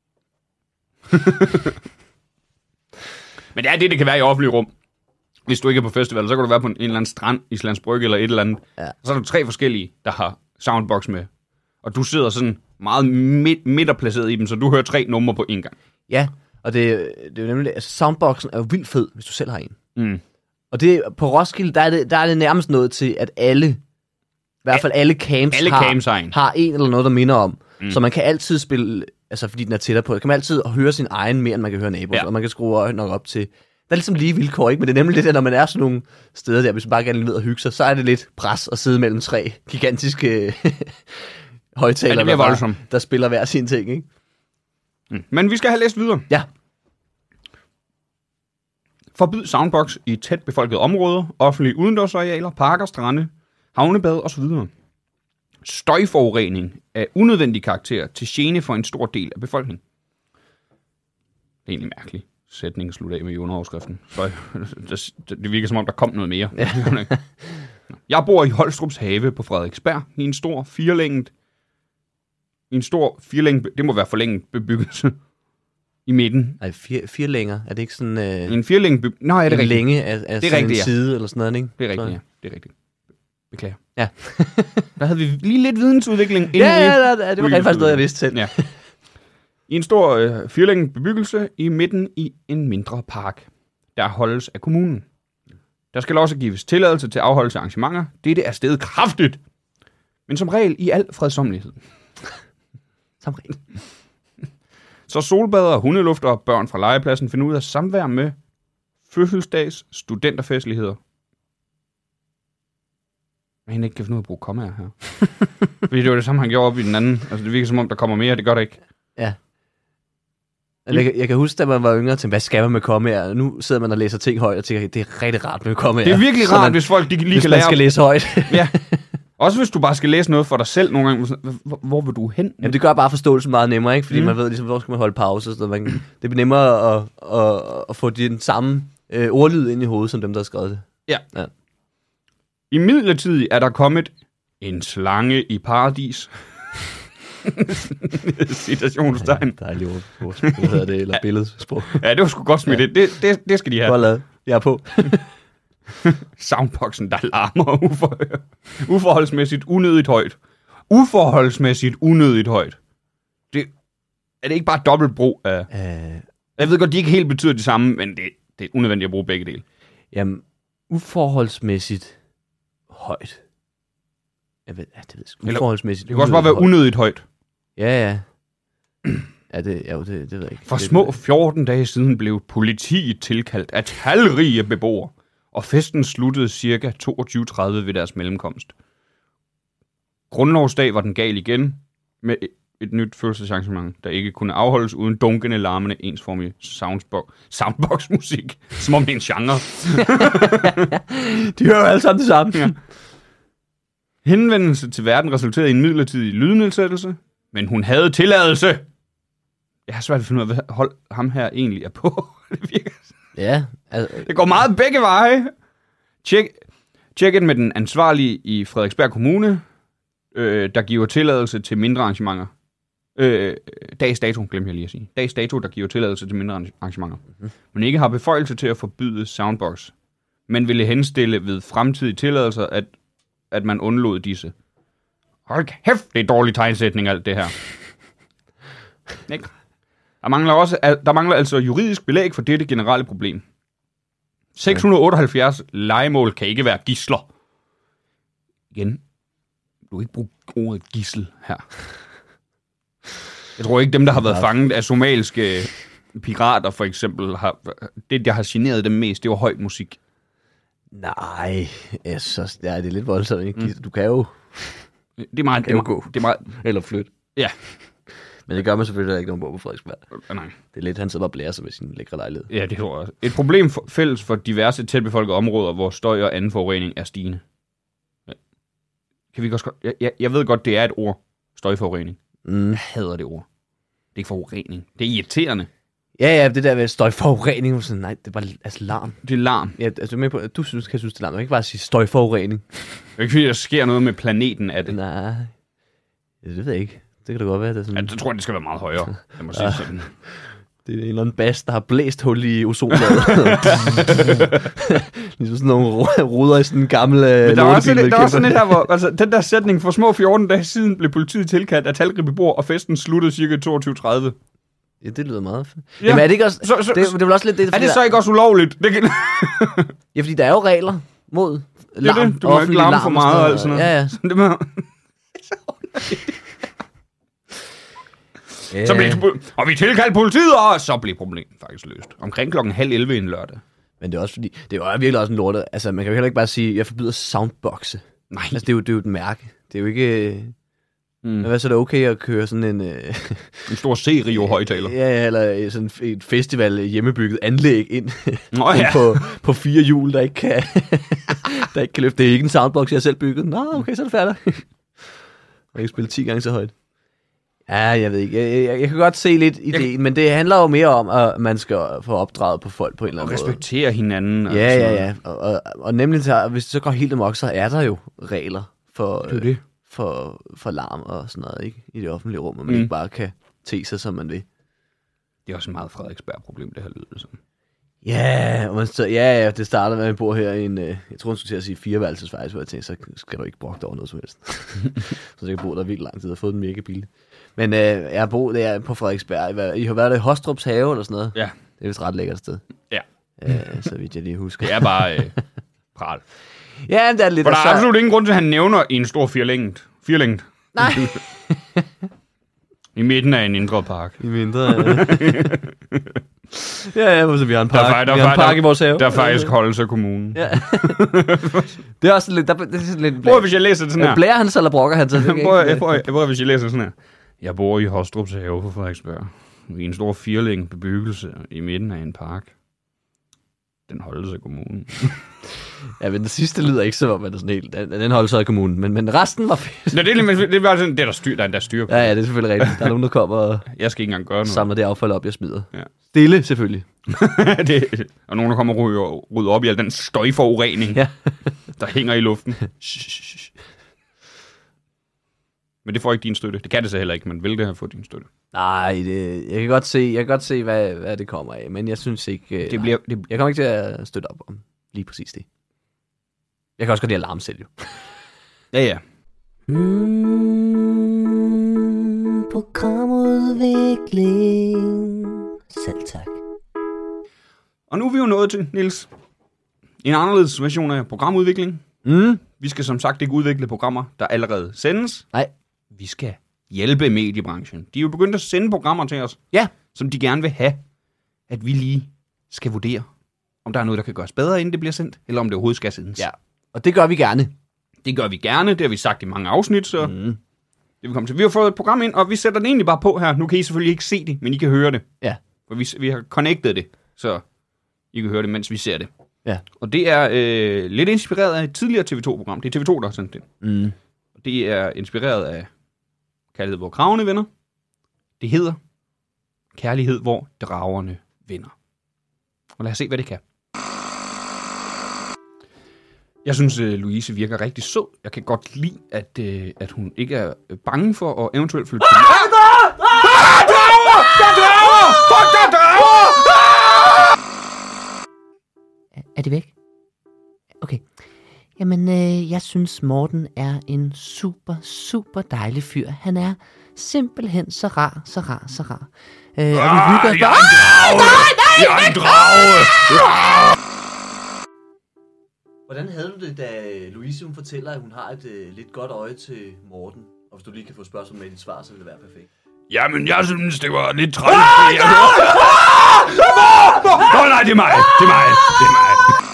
Men det er det, det kan være i offentlige rum. Hvis du ikke er på festival, så kan du være på en, en eller anden strand, Islands Brygge eller et eller andet. Ja. Og så er der tre forskellige, der har soundbox med. Og du sidder sådan meget midt, midterplaceret i dem, så du hører tre numre på en gang. Ja, og det, det er jo nemlig... Altså, soundboxen er jo vildt fed, hvis du selv har en. Mm. Og det, på Roskilde, der er, det, der er det nærmest noget til, at alle... I hvert fald alle camps, Alle har, camps har en. har en eller noget, der minder om. Mm. Så man kan altid spille... Altså, fordi den er tættere på. Kan man altid høre sin egen mere, end man kan høre naboer. Ja. Og man kan skrue øjnene nok op til... Der er ligesom lige vilkår, ikke? Men det er nemlig det der, når man er sådan nogle steder der, hvis man bare gerne vil ned og hygge sig, så er det lidt pres at sidde mellem tre gigantiske højtalere, Ja, det bliver der, bare- voldsomt. der spiller hver sin ting, ikke? Mm. Men vi skal have læst videre. Ja. Forbyd soundbox i tæt befolkede områder, offentlige udendørsarealer, parker, strande, havnebad osv. Støjforurening af unødvendig karakter til gene for en stor del af befolkningen. Det er egentlig mærkeligt. Sætningen slutter af med i underoverskriften. Støj. Det virker som om, der kom noget mere. Ja. Jeg bor i Holstrups have på Frederiksberg i en stor firelænget i en stor firelænget, det må være forlænget bebyggelse i midten. Ej, fire, fire længere. Er det ikke sådan øh, En firelænget bebyggelse. Nej, er det en rigtigt? længe af, af Det er sådan rigtigt, en ja. side eller sådan noget, ikke? Det er rigtigt, Så- ja. Det er rigtigt. Beklager. Ja. Der havde vi lige lidt vidensudvikling. Ja, ja, ja, ja, det var rent faktisk noget, jeg vidste selv. Ja. I en stor øh, firlænget bebyggelse i midten i en mindre park, der holdes af kommunen. Der skal også gives tilladelse til afholdelse af arrangementer. Dette er steget kraftigt, men som regel i al fredsommelighed. Som regel. Så solbader, hundelufter og børn fra legepladsen finder ud af samvær med fødselsdags studenterfestligheder. Men ikke kan finde ud af at bruge kommaer her. Fordi det var det samme, han gjorde op i den anden. Altså, det virker som om, der kommer mere, det gør det ikke. Ja. Jeg, jeg kan huske, da man var yngre, til hvad skal man med kommaer? Nu sidder man og læser ting højt og tænker, det er rigtig rart med kommaer. Det er virkelig rart, man, hvis folk de lige hvis kan man lære. skal læse højt. Ja. Også hvis du bare skal læse noget for dig selv nogle gange. Hvor, hvor vil du hen? Jamen, det gør bare forståelsen meget nemmere, ikke? Fordi mm. Mm. man ved, ligesom, hvor skal man holde pause. Så man, det bliver nemmere at, at, at få den samme øh, ordlyd ind i hovedet, som dem, der har skrevet det. Ja. Ja. I midlertid er der kommet en slange i paradis. Citationstegn. Ja, dejligt ord. Hvad hedder det? Eller billedsprog. Ja, det var sgu godt smidt. Ja. Det, det, det skal de have. Godt lavet. Jeg er på. Soundboxen, der larmer ufor, uforholdsmæssigt unødigt højt. Uforholdsmæssigt unødigt højt. Det, er det ikke bare dobbeltbrug af... Uh, Jeg ved godt, de ikke helt betyder det samme, men det, det er unødvendigt at bruge begge dele. jamen, uforholdsmæssigt højt. Jeg ved, ja, det ved jeg sgu. Eller- Uforholdsmæssigt. Det kan også bare være højt. unødigt højt. Ja, ja. Ja, det, jo, det, det ved jeg ikke. For det, små fjorten dage siden blev politiet tilkaldt af talrige beboere, og festen sluttede ca. toogtyve tredive ved deres mellemkomst. Grundlovsdag var den gal igen, med et, et nyt fødselsarrangement, der ikke kunne afholdes uden dunkende, larmende, ensformig soundbox, soundbox-musik, som om det er en genre. De hører jo alle sammen det samme. Ja. Henvendelse til verden resulterede i en midlertidig lydnedsættelse, men hun havde tilladelse. Jeg har svært ved at finde ud af, hvad hold ham her egentlig er på. Det virker. Ja, altså, Det går meget begge veje. Tjek, tjek ind med den ansvarlige i Frederiksberg Kommune, øh, der giver tilladelse til mindre arrangementer. Øh, dags dato, glemte jeg lige at sige. Dags dato, der giver tilladelse til mindre arrangementer. Mm-hmm. Men ikke har beføjelse til at forbyde soundbox, men ville henstille ved fremtidige tilladelser, at, at man undlod disse. Hold kæft, det er dårlig tegnsætning, alt det her. Ikke? Der mangler, også, der mangler altså juridisk belæg for dette generelle problem. seks hundrede otteoghalvfjerds lejemål kan ikke være gidsler. Igen, du kan ikke bruge ordet gidsel her. Jeg tror ikke, dem, der har været fanget af somaliske pirater, for eksempel, har, det, der har generet dem mest, det var høj musik. nej, jeg synes, ja, det er lidt voldsomt, ikke? Mm. Du kan jo, Det er meget... Det er, jo meget, gå. det er meget eller flytte. ja. Men det gør man selvfølgelig ikke, når man bor på Frederiksberg. Øh, nej. Det er lidt, han sidder og blærer sig med sin lækre lejlighed. Ja, det tror jeg også. Et problem for, fælles for diverse tætbefolkede områder, hvor støj og anden forurening er stigende. Ja. Kan vi også, jeg, jeg, jeg ved godt, det er et ord. Støjforurening. Mm. Jeg hader det ord. Det er ikke forurening. Det er irriterende. Ja, ja, det der med støjforurening, sådan, nej, det er bare altså larm. Det er larm. Ja, altså, med på, du synes, kan synes, det er larm. Man kan ikke bare sige støjforurening. Det er ikke fordi, der sker noget med planeten af det. Nej, ja, det ved jeg ikke. Det kan da godt være, det er sådan. Ja, det tror jeg, det skal være meget højere. Jeg må sige sådan. Det er en eller anden bas, der har blæst hul i ozonlaget. Ligesom sådan nogle ruder i sådan en gammel Men der var også, lortebil, lidt, der var også sådan kæmper. lidt her, hvor altså, den der sætning for små fjorten dage siden blev politiet tilkaldt af talrige beboere, og festen sluttede cirka toogtyve tredive. Ja, det lyder meget fedt. Ja. Jamen er det ikke også... Så- så- det, det er vel også lidt det, Er fordi det så der- ikke også ulovligt? Det kan... Ja, fordi der er jo regler mod larm. det. Du må ikke offentlig larme for meget og alt sådan noget. Ja, ja. det må... Så blev det, og vi tilkaldte politiet, og så blev problemet faktisk løst. Omkring klokken halv elleve en lørdag. Men det er også fordi... Det er jo virkelig også en lorte. Altså, man kan jo heller ikke bare sige, jeg forbyder soundboxe. Nej. Altså, det er jo, det er jo et mærke. Det er jo ikke... Mm. Men hvad så er det okay at køre sådan en... Øh, En stor Serio-højtaler. ja, ja, eller sådan et festival hjemmebygget anlæg ind, Nå ind ja. på, på fire hjul, der ikke kan, der ikke kan løfte. Det er ikke en soundbox, jeg har selv bygget. Nå, okay, så er det færdigt. Jeg kan spille ti gange så højt. Ja, jeg ved ikke. Jeg, jeg, jeg kan godt se lidt ideen, jeg... men det handler jo mere om, at man skal få opdraget på folk på en eller Og anden måde. respektere hinanden. Og Ja, sådan ja, noget. ja. Og, og, og nemlig, så, hvis det så går helt amok, så er der jo regler for, Det er det. for, for larm og sådan noget, ikke? I det offentlige rum, og man Mm. ikke bare kan te sig, som man vil. Det er også et meget Frederiksberg-problem, det her lyder det sådan. Ja, og man så, ja, ja, det starter med, at man bor her i en, øh, jeg tror, hun skulle til at sige fireværelses faktisk, hvor jeg tænkte, så skal du ikke brokke over noget som helst. Så jeg kan bo der vildt lang tid og få den mega billigt. Men øh, jeg har boet der på Frederiksberg. I har været der i Hostrups have eller sådan noget? Ja. Det er vist ret lækkert sted. Ja. Øh, så vidt jeg lige husker. Det er bare øh, pral. Ja, det er lidt... For der er så... absolut ingen grund til, at han nævner en stor firlænget. Firlænget. Nej. I midten af en indre park. I mindre, ja. Ja, ja, så vi har en park, Der er, der, vi har en der, park i vores have. Der er faktisk Holte Kommune. Ja. Det er også lidt, der, det er sådan lidt... Prøv, hvis jeg læser det sådan her. Blærer han så, eller brokker han så? Det Prøv, jeg, prøv, jeg, prøv, hvis jeg læser sådan her. Jeg bor i Hostrups have på Frederiksberg. I en stor firlænget bebyggelse i midten af en park. Den Holte Kommune. Ja, men det sidste lyder ikke så, om det er sådan helt... Den, den holdt så i kommunen, men, men resten var fedt. Nå, det, er, det er bare sådan, det er der styr, der er der styr på. Ja, ja, det er selvfølgelig rigtigt. Der er nogen, der kommer og Jeg skal ikke engang gøre noget. samler det affald op, jeg smider. Ja. Stille, selvfølgelig. det, og nogen, der kommer og ryger, rydder op i al den støjforurening, Ja. der hænger i luften. Men det får ikke din støtte. Det kan det så heller ikke, men vil det have fået din støtte? Nej, det, jeg kan godt se, jeg kan godt se hvad, hvad det kommer af, men jeg synes ikke... Det bliver, det, Jeg kommer ikke til at støtte op om lige præcis det. Jeg kan også godt lide alarm selv, jo. ja, ja. Mm, programudvikling. Selv tak. Og nu er vi jo nået til, Niels, en anderledes version af programudvikling. Mm. Vi skal som sagt ikke udvikle programmer, der allerede sendes. Nej. Vi skal hjælpe mediebranchen. De er jo begyndt at sende programmer til os, Ja. som de gerne vil have, at vi lige skal vurdere, om der er noget, der kan gøres bedre, inden det bliver sendt, eller om det overhovedet skal sendes. Ja, og det gør vi gerne. Det gør vi gerne, det har vi sagt i mange afsnit, så Mm. det vi kommer til. Vi har fået et program ind, og vi sætter det egentlig bare på her. Nu kan I selvfølgelig ikke se det, men I kan høre det. Ja. For vi, vi har connectet det, så I kan høre det, mens vi ser det. Ja. Og det er øh, lidt inspireret af et tidligere T V to-program. Det er T V to, der har sendt det. Mm. Det er inspireret af Kærlighed, hvor kragerne vinder. Det hedder Kærlighed, hvor dragerne vinder. Og lad os se, hvad det kan. Jeg synes, uh, Louise virker rigtig sød. Jeg kan godt lide, at, uh, at hun ikke er bange for at eventuelt flytte til... Ah, drager! Ah, drager! Der er drager! Fuck, der er drager! Er det væk? Okay. Jamen, øh, jeg synes, Morten er en super, super dejlig fyr. Han er simpelthen så rar, så rar, så rar. Øh, og vi hygger os Jeg bare... er en drage! Jeg er en drage! Hvordan havde du det, da Louise hun fortæller, at hun har et øh, lidt godt øje til Morten? Og hvis du lige kan få spørgsmål med dit svar, så vil det være perfekt. Jamen, jeg synes, det var lidt træls. Åh, nej, det er mig. Det er mig. Det er mig.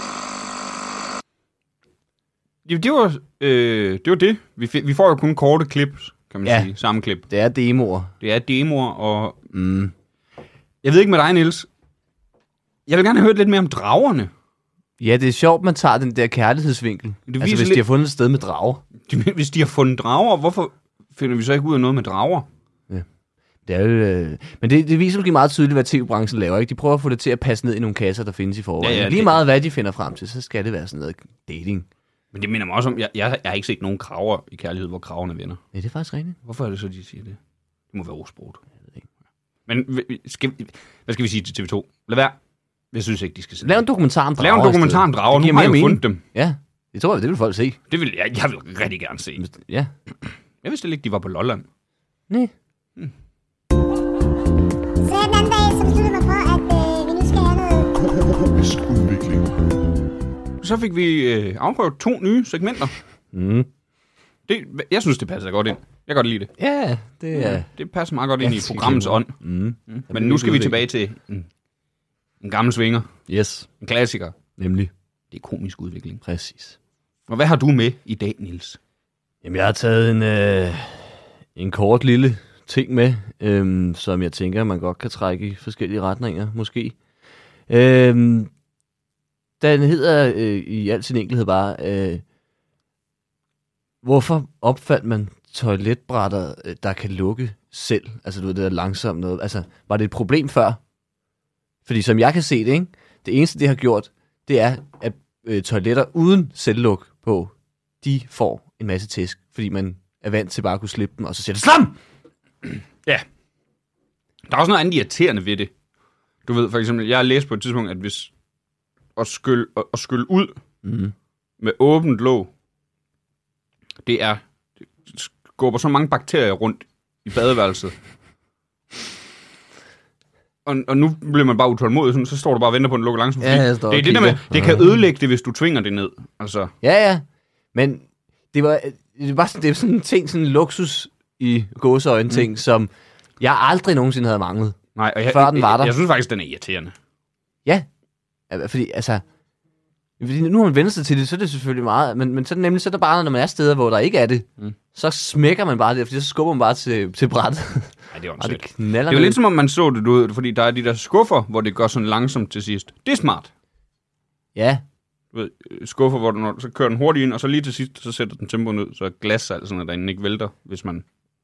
Ja, det var, øh, det var det. Vi, f- vi får jo kun korte clips, kan man Ja. sige. Samme klip. Det er demoer. Det er demoer, og Mm. jeg ved ikke med dig, Niels. Jeg vil gerne høre lidt mere om dragerne. Ja, det er sjovt, man tager den der kærlighedsvinkel. Det Altså, viser hvis lidt- de har fundet et sted med drager. De- Hvis de har fundet drager, hvorfor finder vi så ikke ud af noget med drager? Det er jo, øh... Men det, det viser måske meget tydeligt, hvad T V-branchen laver. Ikke? De prøver at få det til at passe ned i nogle kasser, der findes i forvejen. Ja, ja, Lige det- meget hvad de finder frem til, så skal det være sådan noget dating. Men det minder mig også om, jeg, jeg, jeg har ikke set nogen kraver i Kærlighed, hvor kravene vinder. Nej, det er faktisk rigtigt. Hvorfor er det så, de siger det? Det må være osproget. Men skal, hvad skal vi sige til T V to? Lad være. Jeg synes ikke, de skal sende Lav en dokumentar om drager. Lav en dokumentar om i stedet. drager. Det giver Nu har jeg mere jo mening. fundet dem. Ja, det tror jeg, det vil folk se. Det vil jeg, jeg vil rigtig gerne se. Ja. Jeg vidste ikke, de var på Lolland. Nej. Så her den anden dag, så besluttede jeg mig for, at øh, vi nu skal have noget... Komisk udvikling. Så fik vi øh, afprøvet to nye segmenter. Mm. Det, jeg synes, det passer godt ind. Jeg kan godt lide det. Ja, det er... Det passer meget godt ind i Ganske programmets ånd. Mm. Mm. Men nu skal vi tilbage til en, en gammel svinger. Yes, En klassiker. nemlig. Det er komisk udvikling. Præcis. Og hvad har du med i dag, Niels? Jamen, jeg har taget en, øh, en kort lille ting med, øh, som jeg tænker, man godt kan trække i forskellige retninger, måske. Øh, den hedder øh, i al sin enkelhed bare, øh, hvorfor opfandt man toiletbrætter, øh, der kan lukke selv? Altså, du ved, det er langsomt noget. Altså, var det et problem før? Fordi som jeg kan se det, ikke? Det eneste, det har gjort, det er, at øh, toiletter uden selvluk på, de får en masse tæsk, fordi man er vant til bare at kunne slippe dem, og så siger det slam! Ja. Der er også noget andet irriterende ved det. Du ved, for eksempel, jeg har læst på et tidspunkt, at hvis at skylle, at, at skylle ud Mm. med åbent låg, det er, det skubber så mange bakterier rundt i badeværelset. Og, og nu bliver man bare utålmodig, sådan, så står du bare og venter på, at den lukker langsomt. Ja, jeg står det er og det der med, kigger. det kan ødelægge det, hvis du tvinger det ned. Altså, Ja, ja. Men det var, det var sådan, det var sådan en ting, sådan en luksus i gåseøjne ting, mm. som jeg aldrig nogensinde havde manglet. nej, og jeg, Før den var jeg, der. jeg, jeg synes faktisk, den er irriterende. Ja. Ja, fordi, altså... Fordi nu har man vendt sig til det, så er det selvfølgelig meget... Men, men så er det nemlig så er der bare, når man er steder, hvor der ikke er det, mm. så smækker man bare det, fordi så skubber man bare til, til brættet. Nej, det er Og det åndssvagt. knaller Det er jo ned. lidt som om, man så det ud, fordi der er de der skuffer, hvor det går sådan langsomt til sidst. Det er smart. Ja. Du ved, skuffer, hvor du, når, så kører den hurtigt ind, og så lige til sidst, så sætter den tempoet ned, så glas altså, sådan, at den ikke vælter, hvis man...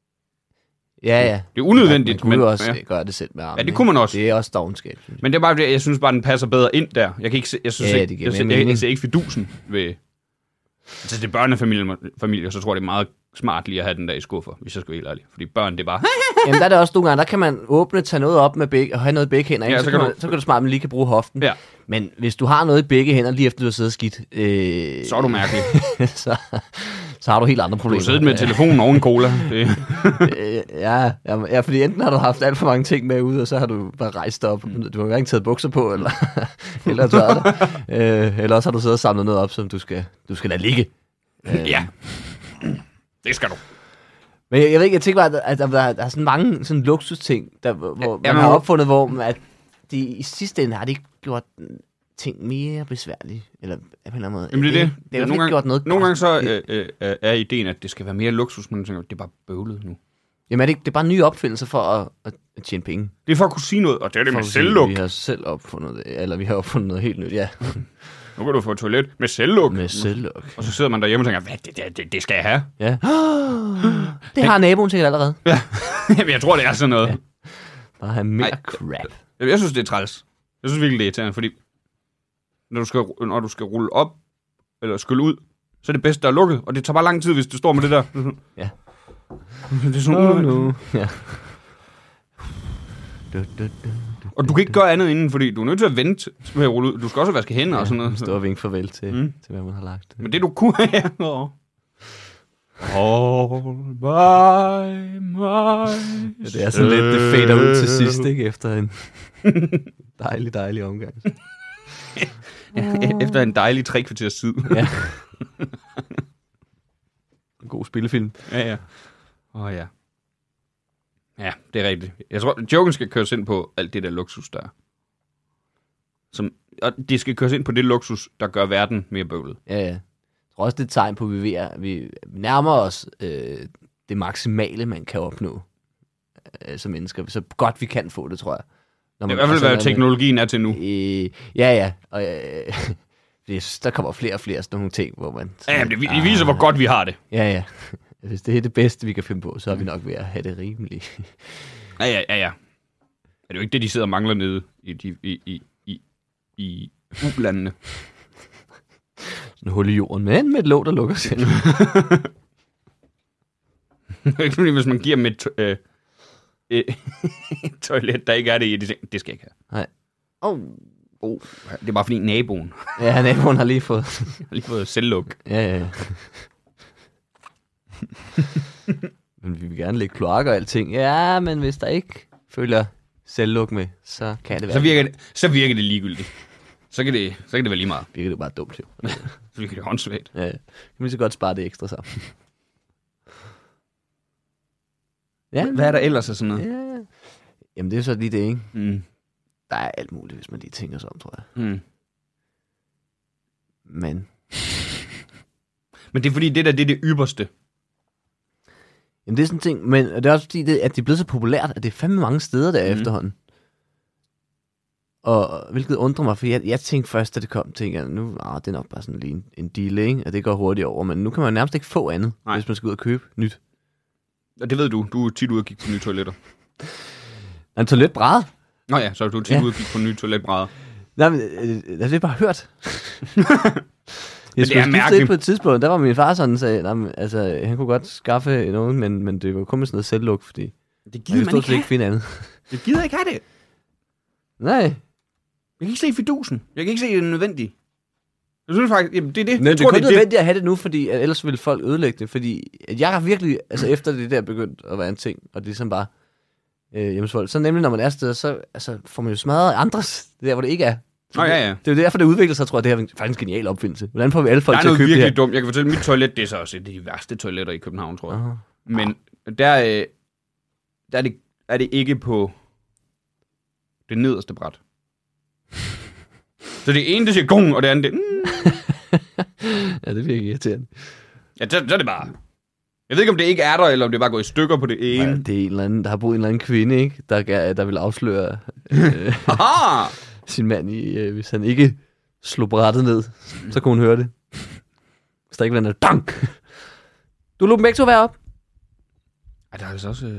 Ja, ja. Det er unødvendigt, Man kunne men... jo også ja. gøre det selv med armen. Ja, det kunne man også. Det er også dovenskab, synes jeg. Men det er bare det, jeg synes bare, den passer bedre ind der. Jeg kan ikke se, jeg synes Ja, ikke, det giver jeg, mere jeg, jeg, mening. jeg ser ikke fidusen ved... Altså, det er børnefamilie, familie, så tror jeg, det er meget smart lige at have den der i skuffer, hvis jeg skal være helt ærlig. Fordi børn, det er bare... Jamen, der er det også nogle gange, der kan man åbne, tage noget op med begge, og have noget i begge hænder, Ja, ja, så så, kan kan du- man, så kan du smart, at man lige kan bruge hoften. Ja. Men hvis du har noget i begge hænder, lige efter du har siddet skidt, øh, Så er du mærkelig. så, så har du helt andre Du problemer. har siddet med telefonen oven cola. Det, Øh, ja, ja, ja, fordi enten har du haft alt for mange ting med ude, og så har du bare rejst dig op. Du har hverken taget bukser på, eller, eller tørret dig. Øh, eller også har du siddet og samlet noget op, som du skal, du skal lade ligge. Øh, ja. Det skal du. Men jeg, jeg ved ikke, jeg tænker bare, at der, der, der er sådan mange sådan luksusting, der, hvor Ja, man men- har opfundet, hvor at de, i sidste ende har de ikke gjort ting mere besværlige. Eller på en eller anden måde. Jamen det er det. Det har nogle ikke gange, gjort noget nogle gange godt. så øh, øh, er ideen, at det skal være mere luksus, men jeg tænker, det er bare bøvlet nu. Jamen er det, ikke, det er bare nye opfindelser for at, at, at tjene penge. Det er for at kunne sige noget, og det er det For med at sige, selvluk. Vi har selv opfundet det, eller vi har opfundet noget helt nyt, ja. Nu kan du få et toilet med selvluk. Med selvluk. Og så sidder man derhjemme og tænker, hvad, det, det, det, det skal jeg have. Ja. Det har naboen sikkert allerede. Jamen, jeg tror, det er sådan noget. Ja. Bare have mere Ej, crap. Jeg, jeg synes, det er træls. Jeg synes virkelig, det er irriterende, fordi når du skal, når du skal rulle op, eller skylle ud, så er det bedste, der er lukket. Og det tager bare lang tid, hvis du står med det der. Ja. Det er sådan unødvendigt. Ja. Du, du, du, du, Og du kan ikke gøre andet inden, fordi du er nødt til at vente med at rulle ud. Du skal også vaske hænder og sådan noget. Stå og vinke farvel til, Mm. mm. til, hvad man har lagt. Men det du kunne have... All by my Ja, det er sådan lidt, det fader ud til sidst, ikke? Efter en dejlig, dejlig omgang. Efter en dejlig tre kvarters tid. Ja. En god spillefilm. Ja, ja. Åh, oh, ja. Ja, det er rigtigt. Jeg tror, joken skal køres ind på alt det der luksus, der er. Som, og det skal køres ind på det luksus, der gør verden mere bøvlet. Ja, ja. Jeg tror også, det er et tegn på, at vi, er, vi nærmer os øh, det maksimale, man kan opnå øh, som mennesker. Så godt vi kan få det, tror jeg. Når Det er i hvert fald, hvad teknologien er til nu. Øh, ja, ja. Og, øh, jeg synes, der kommer flere og flere sådan nogle ting, hvor man... Ja, men det, det viser, hvor godt vi har det. Ja, ja. Hvis det er det bedste, vi kan finde på, så er vi nok ved at have det rimeligt. Ja, ja, ja, ja. Er det jo ikke det, de sidder og mangler nede i, de, i, i, i, i U-landene? Sådan en hul i jorden, men med et låg, der lukker sig. Det er ikke fordi, hvis man giver dem et, øh, øh, et toilet, der ikke er det i, de tænker, det skal jeg ikke have. Nej. Oh. Oh, det er bare fordi naboen Ja, naboen har lige fået... har lige fået selvluk. Ja, ja, ja. Men vi vil gerne lægge kloakker og alting. Ja, men hvis der ikke følger selvluk med, så kan det være... Så virker det, så virker det ligegyldigt. Så kan det, så kan det være lige meget. virker det bare dumt, jo. Så virker det håndsvagt. Ja, ja. Kan man så godt spare det ekstra sammen. Ja, Hvad er der ellers af sådan noget? ja. Jamen, det er så lige det, ikke? Mm. Der er alt muligt, hvis man lige tænker sig om, tror jeg. Mm. Men... Men det er fordi, det der det er det ypperste. Jamen, det er sådan en ting, men det er også fordi, det, at det er blevet så populært, at det er fandme mange steder der Mhm. mm. efterhånden. Og hvilket undrer mig, for jeg, jeg tænkte først, da det kom, tænkte jeg, nu ah, det er nok bare sådan lige en, en deal, ikke? Og det går hurtigt over, men nu kan man nærmest ikke få andet, Nej. hvis man skal ud og købe nyt. Og det ved du. Du er tit ude og kigge på nye toiletter. En toiletbræd? Nå ja, så er du tit Ja. ude og kigge på nye toiletbrædder. Nej, men øh, det har jeg bare hørt. Jeg det skulle er skifte mærkeligt. det på et tidspunkt, der var min far sådan, sagde, nej, men, altså, han kunne godt skaffe noget, men, men det var kun med sådan noget selvluk, fordi Det jeg kan stort set ikke finde andet. Det gider ikke have det. Nej. Jeg kan ikke se fidusen. Jeg kan ikke se, det er nødvendigt. Jeg synes faktisk, jamen, det er det. Men Jeg det er tror, kun det er det. nødvendigt at have det nu, fordi at ellers ville folk ødelægge det. Fordi at jeg har virkelig, altså efter det der begyndt at være en ting, og det er ligesom bare øh, hjemmesvold, så nemlig når man er steder, så altså, får man jo smadret andres, det der hvor det ikke er. Nå, ja, ja. Det er jo derfor, det udvikler sig, tror jeg, det er faktisk en genial opfindelse. Hvordan får vi alle folk Der er til at noget købe det her? virkelig dumt. Jeg kan fortælle, mit toilet, det er så også et af de værste toiletter i København, tror jeg. Aha. Men der, øh, der er, det, er det ikke på det nederste bræt. Så det ene, det siger gong, og det andet, det... Mm. Ja, det virker irriterende. Ja, så, så er det bare... Jeg ved ikke, om det ikke er der, eller om det er bare gået i stykker på det ene. Ja, det er en eller anden, der har boet en eller anden kvinde, ikke? Der, gør- der vil afsløre øh, Aha! sin mand, i, øh, hvis han ikke slog brættet ned, så kunne hun høre det. Hvis der ikke var noget dank. Du lå dem begge to være op. Ej, der er altså også... Øh...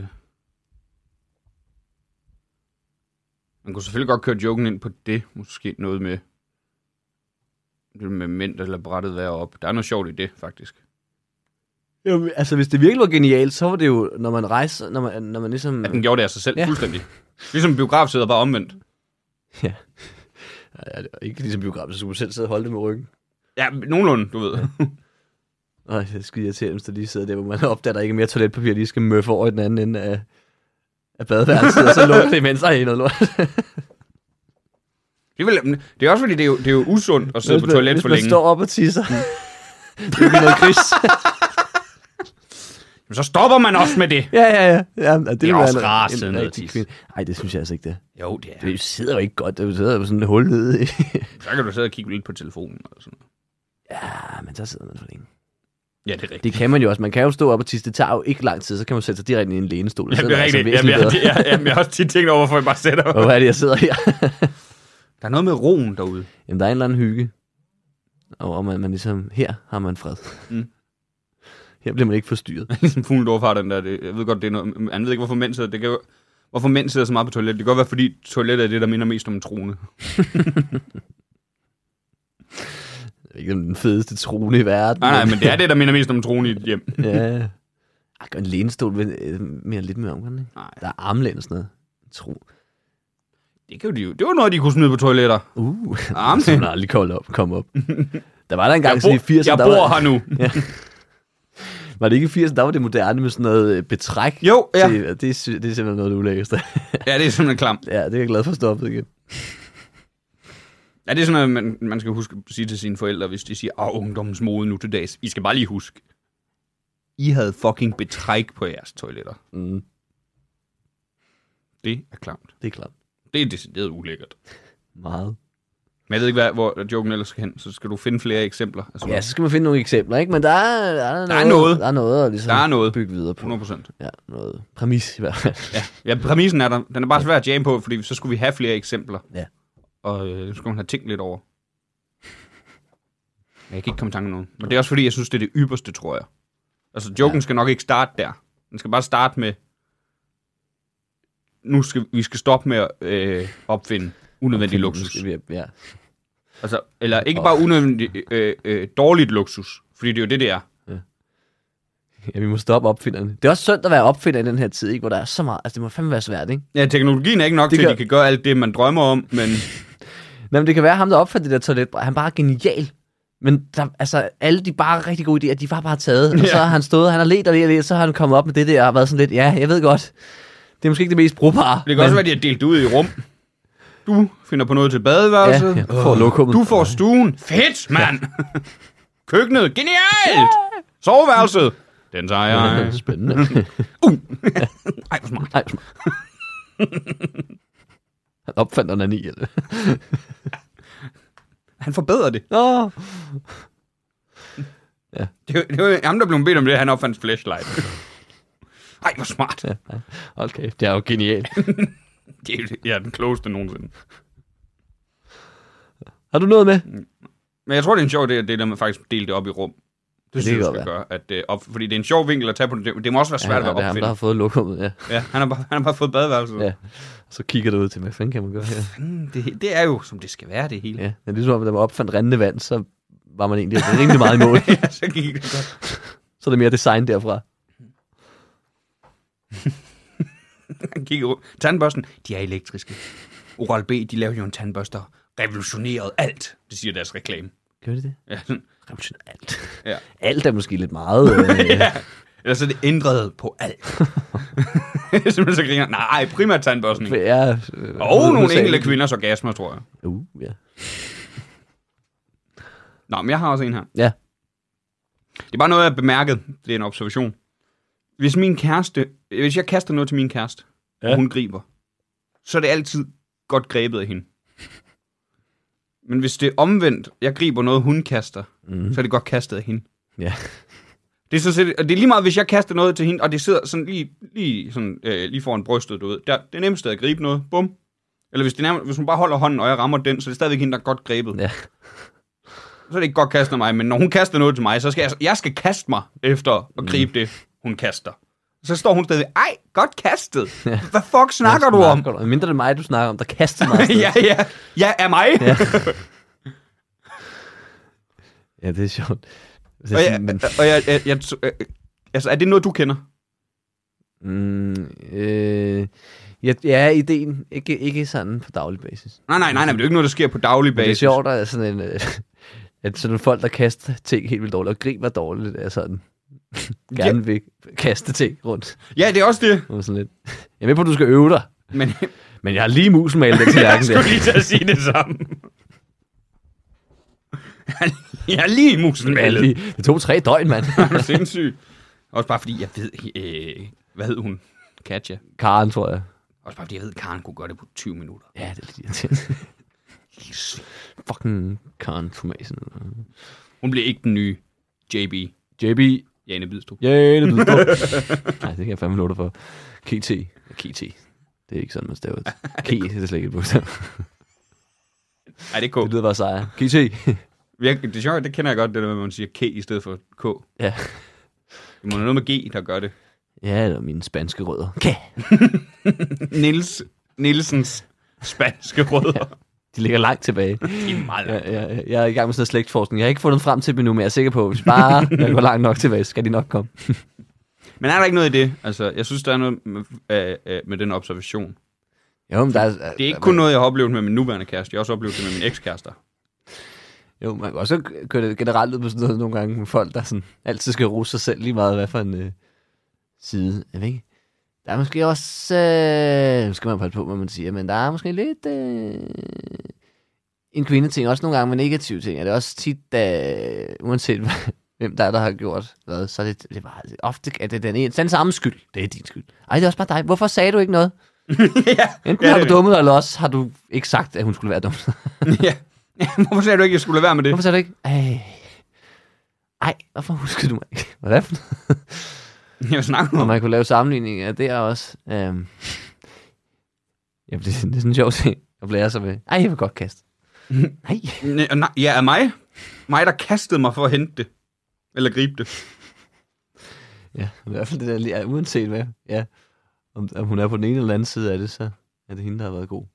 Man kunne selvfølgelig godt køre joken ind på det. Måske noget med... Det med mænd, eller brættet være op. Der er noget sjovt i det, faktisk. Jo, altså, hvis det virkelig var genialt, så var det jo, når man rejser, når man, når man ligesom... At den gjorde det af sig selv, Ja. ja. fuldstændig. Ligesom biograf sidder bare omvendt. Ja. Ja, det er ikke ligesom biograf, så skulle man selv sidde og holde det med ryggen. Ja, nogenlunde, du ved. Nej, det er skide irriterende, hvis der lige sidder der, hvor man opdager, at der ikke er mere toiletpapir, lige skal møffe over i den anden ende af, af badeværelset, og så lukker det, mens der er noget lort. Det er, vel, det er også fordi, det er jo, det er jo usundt at sidde på toilet for Hvis længe. man står op og tisser. Det er noget gris. Men så stopper man også med det. Ja, ja, ja. ja det, Det er vil også være rart, en- sådan en noget rigtig tis. kvinde. Ej, det synes jeg altså ikke, det er. Jo, det er. Det sidder jo ikke godt. Det sidder jo sådan et hul nede i. Så kan du sidde og kigge lidt på telefonen. Og sådan noget. Ja, men så sidder man for længe. Ja, det er rigtigt. Det kan man jo også. Man kan jo stå op og tisse. Det tager jo ikke lang tid. Så kan man sætte sig direkte i en lænestol. Ja, det er rigtigt. Jamen, jeg, jeg, jeg, jeg, jeg har også tit tænkt over, hvorfor jeg bare sætter. Hvor er det, jeg sidder her? Der er noget med roen derude. Jamen, der er en eller anden hygge. Og man, man ligesom, her har man fred. Mm. Her bliver man ikke forstyrret. Ligesom fuglen overfar den der. Det, jeg ved godt, det er noget. Han ved ikke, hvorfor mænd sidder. Det kan jo, hvorfor mænd sidder så meget på toilet. Det kan godt være, fordi toilettet er det, der minder mest om en trone. Det er ikke den fedeste trone i verden. Nej, nej, men det er det, der minder mest om en trone i et hjem. Ja. Ej, gør en lænestol ved- øh, mere lidt mere omgang, ikke? Nej. Der er armlæn og sådan noget. Tro. Det, kan jo de jo. Det var noget, de kunne smide på toiletter. Uh, Armlæn. så er aldrig kommet op, kom op. Der var der engang Jeg, sådan i bor, firserne, jeg der bor var, her nu. var det ikke i firserne, der var det moderne med sådan noget øh, betræk. Jo, ja. Til, det, er, sy- det er simpelthen noget, du ulækkeste. Ja, det er simpelthen klamt. Ja, det er jeg glad for at stoppe igen. Ja, det er sådan noget, man, man skal huske at sige til sine forældre, hvis de siger, åh, ungdommens mode nu til dags. I skal bare lige huske, I havde fucking betræk på jeres toiletter. Mm, Det er klamt. det er klart. Det er decideret ulækkert. Meget. Men jeg ved ikke, hvad, hvor joken ellers skal hen, så skal du finde flere eksempler. Altså, Ja, så skal man finde nogle eksempler, ikke? Men der er, der er, Der er noget. Der er noget at ligesom Der er noget. bygge videre på. hundrede procent. Ja, noget præmis i hvert fald. Ja. ja, præmissen er der. Den er bare svær at jamme på, fordi så skulle vi have flere eksempler. Ja. Og øh, så skulle man have tænkt lidt over. Jeg kan ikke komme i tanke om nogen. Men det er også fordi, jeg synes, det er det ypperste, tror jeg. Altså, joken ja. skal nok ikke starte der. Den skal bare starte med, nu skal vi skal stoppe med at øh, opfinde unødvendig luksus. Skal vi- Ja. Altså, eller ikke bare unødvendig øh, øh, dårligt luksus, fordi det er jo det, det er. ja, vi må stoppe opfinderne. Det er også synd at være opfinder i den her tid, ikke? Hvor der er så meget. Altså, det må fandme være svært, ikke? Ja, teknologien er ikke nok Det til, gør- at de kan gøre alt det, man drømmer om, men Nej, men det kan være ham, der opfandt det der toilet. Han er bare genial. Men der, altså, alle de bare rigtig gode idéer, de var bare taget. Og Ja. så har han stået, han har let og let og let, så har han kommet op med det der, og har været sådan lidt, ja, jeg ved godt. Det er måske ikke det mest brugbare. det kan også være, at de har delt det ud i rum. Du finder på noget til badeværelset. Ja, ja, får lokummet. Du får stuen. Fedt, mand! Køkkenet. Genialt! Soveværelset. Den tager Ja, jeg. spændende. Ej, hvor smart. Ej, smart. Han opfandt den i, eller? Han forbedrer det. Nå. Det var, det var ham, der blev bedt om det, han opfandt flashlight. Ej, hvor smart. Ja, ja. Okay, det er jo genialt. Det er, jeg er den klogeste nogensinde. Har du noget med? Men jeg tror, det er en sjov idé, at det der med faktisk dele det op i rum. Det det synes kan jeg, godt skal gøre. At, øh, op, fordi det er en sjov vinkel at tage på det. Det må også være Ja, svært det at er være ham, der opfinde. har fået lokummet, ja. Ja, han har bare, han har bare fået badeværelset. Ja. Så kigger du ud til, hvad fanden kan man gøre her? Mm, det, det er jo, som det skal være, det hele. Ja, men ligesom, at da man opfandt rendende vand, så var man egentlig rimelig meget i mål. Ja, så gik det godt. Så er det mere design derfra. Han kigger ud. Tandbørsten, de er elektriske. Oral-B, de laver jo en tandbørster revolutioneret alt. Det siger deres reklame. Gør det det? Ja, sådan, Revolution alt. ja. Alt er måske lidt meget. Øh, ja. Eller så er det ændret på alt. Simpelthen så griner. Nej, primært tandbørstning. ja, øh, Og nogle enkelte kvinders orgasmer, tror jeg. Uh, ja. Nå, men jeg har også en her. Ja. Det er bare noget, jeg har bemærket. Det er en observation. Hvis min kæreste... Hvis jeg kaster noget til min kæreste, ja. og hun griber, så er det altid godt grebet af hende. Men hvis det er omvendt, jeg griber noget, hun kaster, mm. så er det godt kastet af hende. Ja. Det er, så, det er lige meget, hvis jeg kaster noget til hende, og det sidder sådan lige, lige, sådan, øh, lige foran brystet, du ved. Der, det er nemmest at gribe noget. Bum. Eller hvis, det nærmest, hvis hun bare holder hånden, og jeg rammer den, så er det stadigvæk hende, der er godt grebet. Ja. Så er det ikke godt kastet af mig, men når hun kaster noget til mig, så skal jeg, jeg skal kaste mig efter at gribe mm. det, hun kaster. Så står hun stadig, ej, godt kastet. Ja. Hvad fuck snakker du om? Du? Mindre det er mig, du snakker om, der kaster mig. ja, ja, ja, er mig. ja. ja, det er sjovt. Det er og sådan, jeg, men... og jeg, jeg, jeg, jeg, altså, er det noget, du kender? Mm, øh, ja, ja, ideen. Ikke, ikke sådan på daglig basis. Nej, nej, nej, nej, det er jo ikke noget, der sker på daglig basis. Det er sjovt, at sådan en... at sådan folk, der kaster ting helt vildt dårligt, og griber dårligt, er sådan... gerne vil kaste ting rundt. Ja, det er også det. Og sådan lidt. Jeg er med på, at du skal øve dig. Men, men jeg har lige musenmalet den til jeg lærken der. Jeg skulle lige til at sige det samme. Jeg har lige musenmalet. Lige, det tog tre døgn, mand. Det er sindssygt. Også bare fordi, jeg ved... Øh, hvad hed hun? Katja? Karen, tror jeg. Også bare fordi, jeg ved, at Karen kunne gøre det på tyve minutter. Ja, det er lidt irriterende. Fucking Karen Thomasen. Hun bliver ikke den nye J B. J B. Jane Bidstrup. Jane Bidstrup. Nej, det kan jeg fem minutter for. K T. K T. Det er ikke sådan, man staver det. K, det er slet ikke et bogstav. Ej, det er K. Det lyder bare sejr. K T. Det er sjovt, det kender jeg godt, det der med, at man siger K i stedet for K. Ja. Det må være noget med G, der gør det. Ja, eller mine spanske rødder. K. Niels, Nielsens spanske rødder. Ja. De ligger langt tilbage. De er meget langt. Ja, ja, jeg er i gang med sådan noget slægtsforskning. Jeg har ikke fundet frem til dem endnu, men jeg er sikker på, at hvis bare jeg går langt nok tilbage, så skal de nok komme. Men er der ikke noget i det? Altså, jeg synes, der er noget med, øh, øh, med den observation. Jo, men der er, det er ikke kun noget, jeg har oplevet med min nuværende kæreste. Jeg har også oplevet det med min ekskærester. Jo, man kan også køre det generelt ud på sådan noget nogle gange med folk, der sådan altid skal rose sig selv lige meget, hvad for en øh, side. Jeg ved ikke. Der er måske også... Øh, nu skal man passe på, hvad man siger, men der er måske lidt... Øh, en kvindeting, også nogle gange med negative ting. Det er også tit, øh, uanset hvem der er, der har gjort hvad, så er det, det er bare, ofte er det den, den samme skyld. Det er din skyld. Ej, det er også bare dig. Hvorfor sagde du ikke noget? ja, Enten ja, har du dummet, eller også har du ikke sagt, at hun skulle være dum. ja. Hvorfor sagde du ikke, at jeg skulle lade være med det? Hvorfor sagde du ikke? Ej, Ej hvorfor husker du mig ikke? Hvad er det for noget? Jeg snakker om. Man kunne lave sammenligninger der også. Øhm, ja, det, det er sådan en sjov ting at blære sig med. Ej, jeg vil godt kaste. Nej. Nej, ja, er mig? Mig, der kastede mig for at hente det. Eller gribe det. Ja, i hvert fald det der, ja, uanset hvad. Ja, om, om hun er på den ene eller anden side af det, så er det hende, der har været god.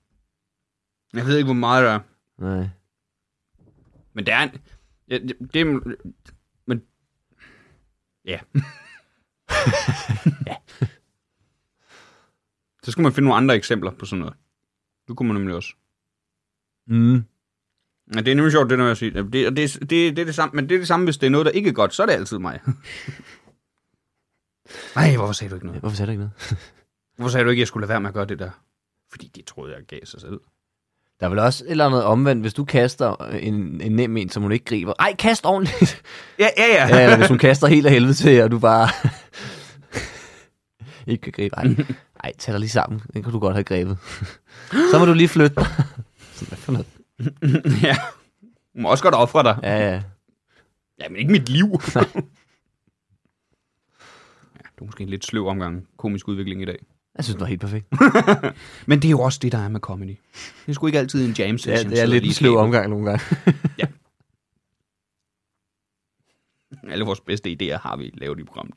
Jeg ved ikke, hvor meget der er. Nej. Men det er en... Ja, det, det er... Men... Ja. ja. Så skulle man finde nogle andre eksempler på sådan noget. Det kunne man nemlig også. Mm. Ja, det er nemlig sjovt, det der med at sige. Det, det, det, det, det er det samme, men det er det samme, hvis det er noget, der ikke er godt, så er det altid mig. Nej, hvorfor sagde du ikke noget? Ja, hvorfor sagde du ikke noget? Hvorfor sagde du ikke, at jeg skulle lade være med at gøre det der? Fordi de troede, jeg gav sig selv. Der er vel også et eller andet omvendt, hvis du kaster en, en nem en, som hun ikke griber. Ej, kast ordentligt! Ja, ja, ja. Ja, eller hvis hun kaster helt af helvede til, og du bare ikke kan gribe. Ej, ej, tag dig lige sammen. Den kan du godt have grebet. Så må du lige flytte dig. Hvad for noget? Ja. Du må også godt ofre dig. Ja, ja. Ja, men ikke mit liv. Ja, det er måske en lidt sløv omgang komisk udvikling i dag. Jeg synes, det var helt perfekt. Men det er jo også det, der er med comedy. Det er sgu ikke altid en jam session. Ja, det er lidt en sløv omgang nogle gange. Ja. Alle vores bedste idéer har vi lavet i programmet.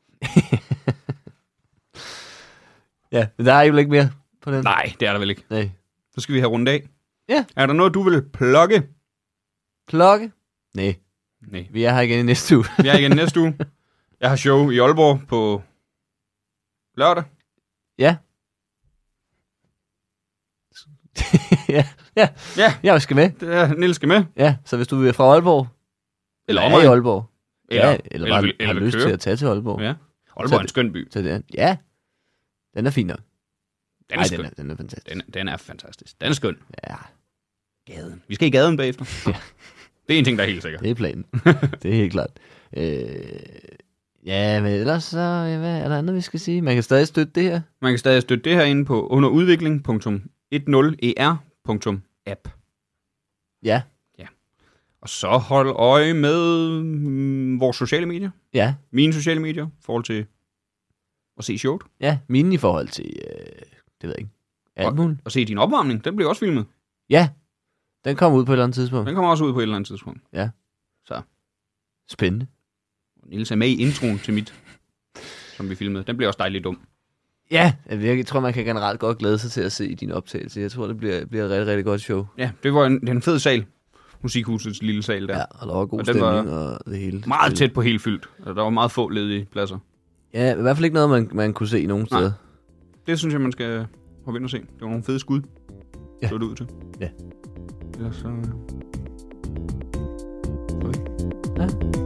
Ja, men der er jo ikke mere på den. Nej, det er der vel ikke. Nej. Så skal vi have rundt af. Ja. Er der noget, du vil plukke? Klokke? Nej. Nej. Vi er her igen i næste uge. Vi er igen næste uge. Jeg har show i Aalborg på lørdag. Ja. ja, ja. Ja, Jeg skal med. det er Niels skal med. Ja, så hvis du er fra Aalborg, Eller er omegn. i Aalborg, Eller, ja, eller, eller, bare vil- har eller vil lyst køre. til at tage til Aalborg, ja. Ja. Aalborg er en skøn by. Så det er, ja, den er fin nok. Den er Ej, skøn. den er, den er fantastisk. Den, den er fantastisk. Den er skøn. Ja, Gaden. Vi skal i gaden bagefter. Ja. Det er en ting, der er helt sikker. det er planen. Det er helt klart. Øh, ja, men ellers så, ja, hvad er der andet, vi skal sige? Man kan stadig støtte det her. Man kan stadig støtte det her inde på underudvikling punktum ti er punktum app. Ja, Og så hold øje med mm, vores sociale medier. ja, Mine sociale medier. I forhold til at se showet. ja. Mine i forhold til, øh, det ved jeg ikke, alt muligt. Og se din opvarmning. Den bliver også filmet. Ja, den kommer ud på et eller andet tidspunkt. Den kommer også ud på et eller andet tidspunkt. Ja. Så. Spændende. Niels er med i introen til mit, som vi filmede. Den bliver også dejligt dum. Ja, jeg tror, man kan generelt godt glæde sig til at se din optagelse. Jeg tror, det bliver, bliver et rigtig, rigtig godt show. Ja, det var en, det er en fed sal. Musikhusets lille sal der. Ja, og der var god Og den stemning var og det hele. Meget tæt på helt fyldt. Altså, der var meget få ledige pladser. Ja, i hvert fald ikke noget, man, man kunne se nogen Nej. steder. Det synes jeg, man skal hoppe ind og se. Det var nogle fede skud. Ja. Så det ud til. Ja. Ellers så... Ja.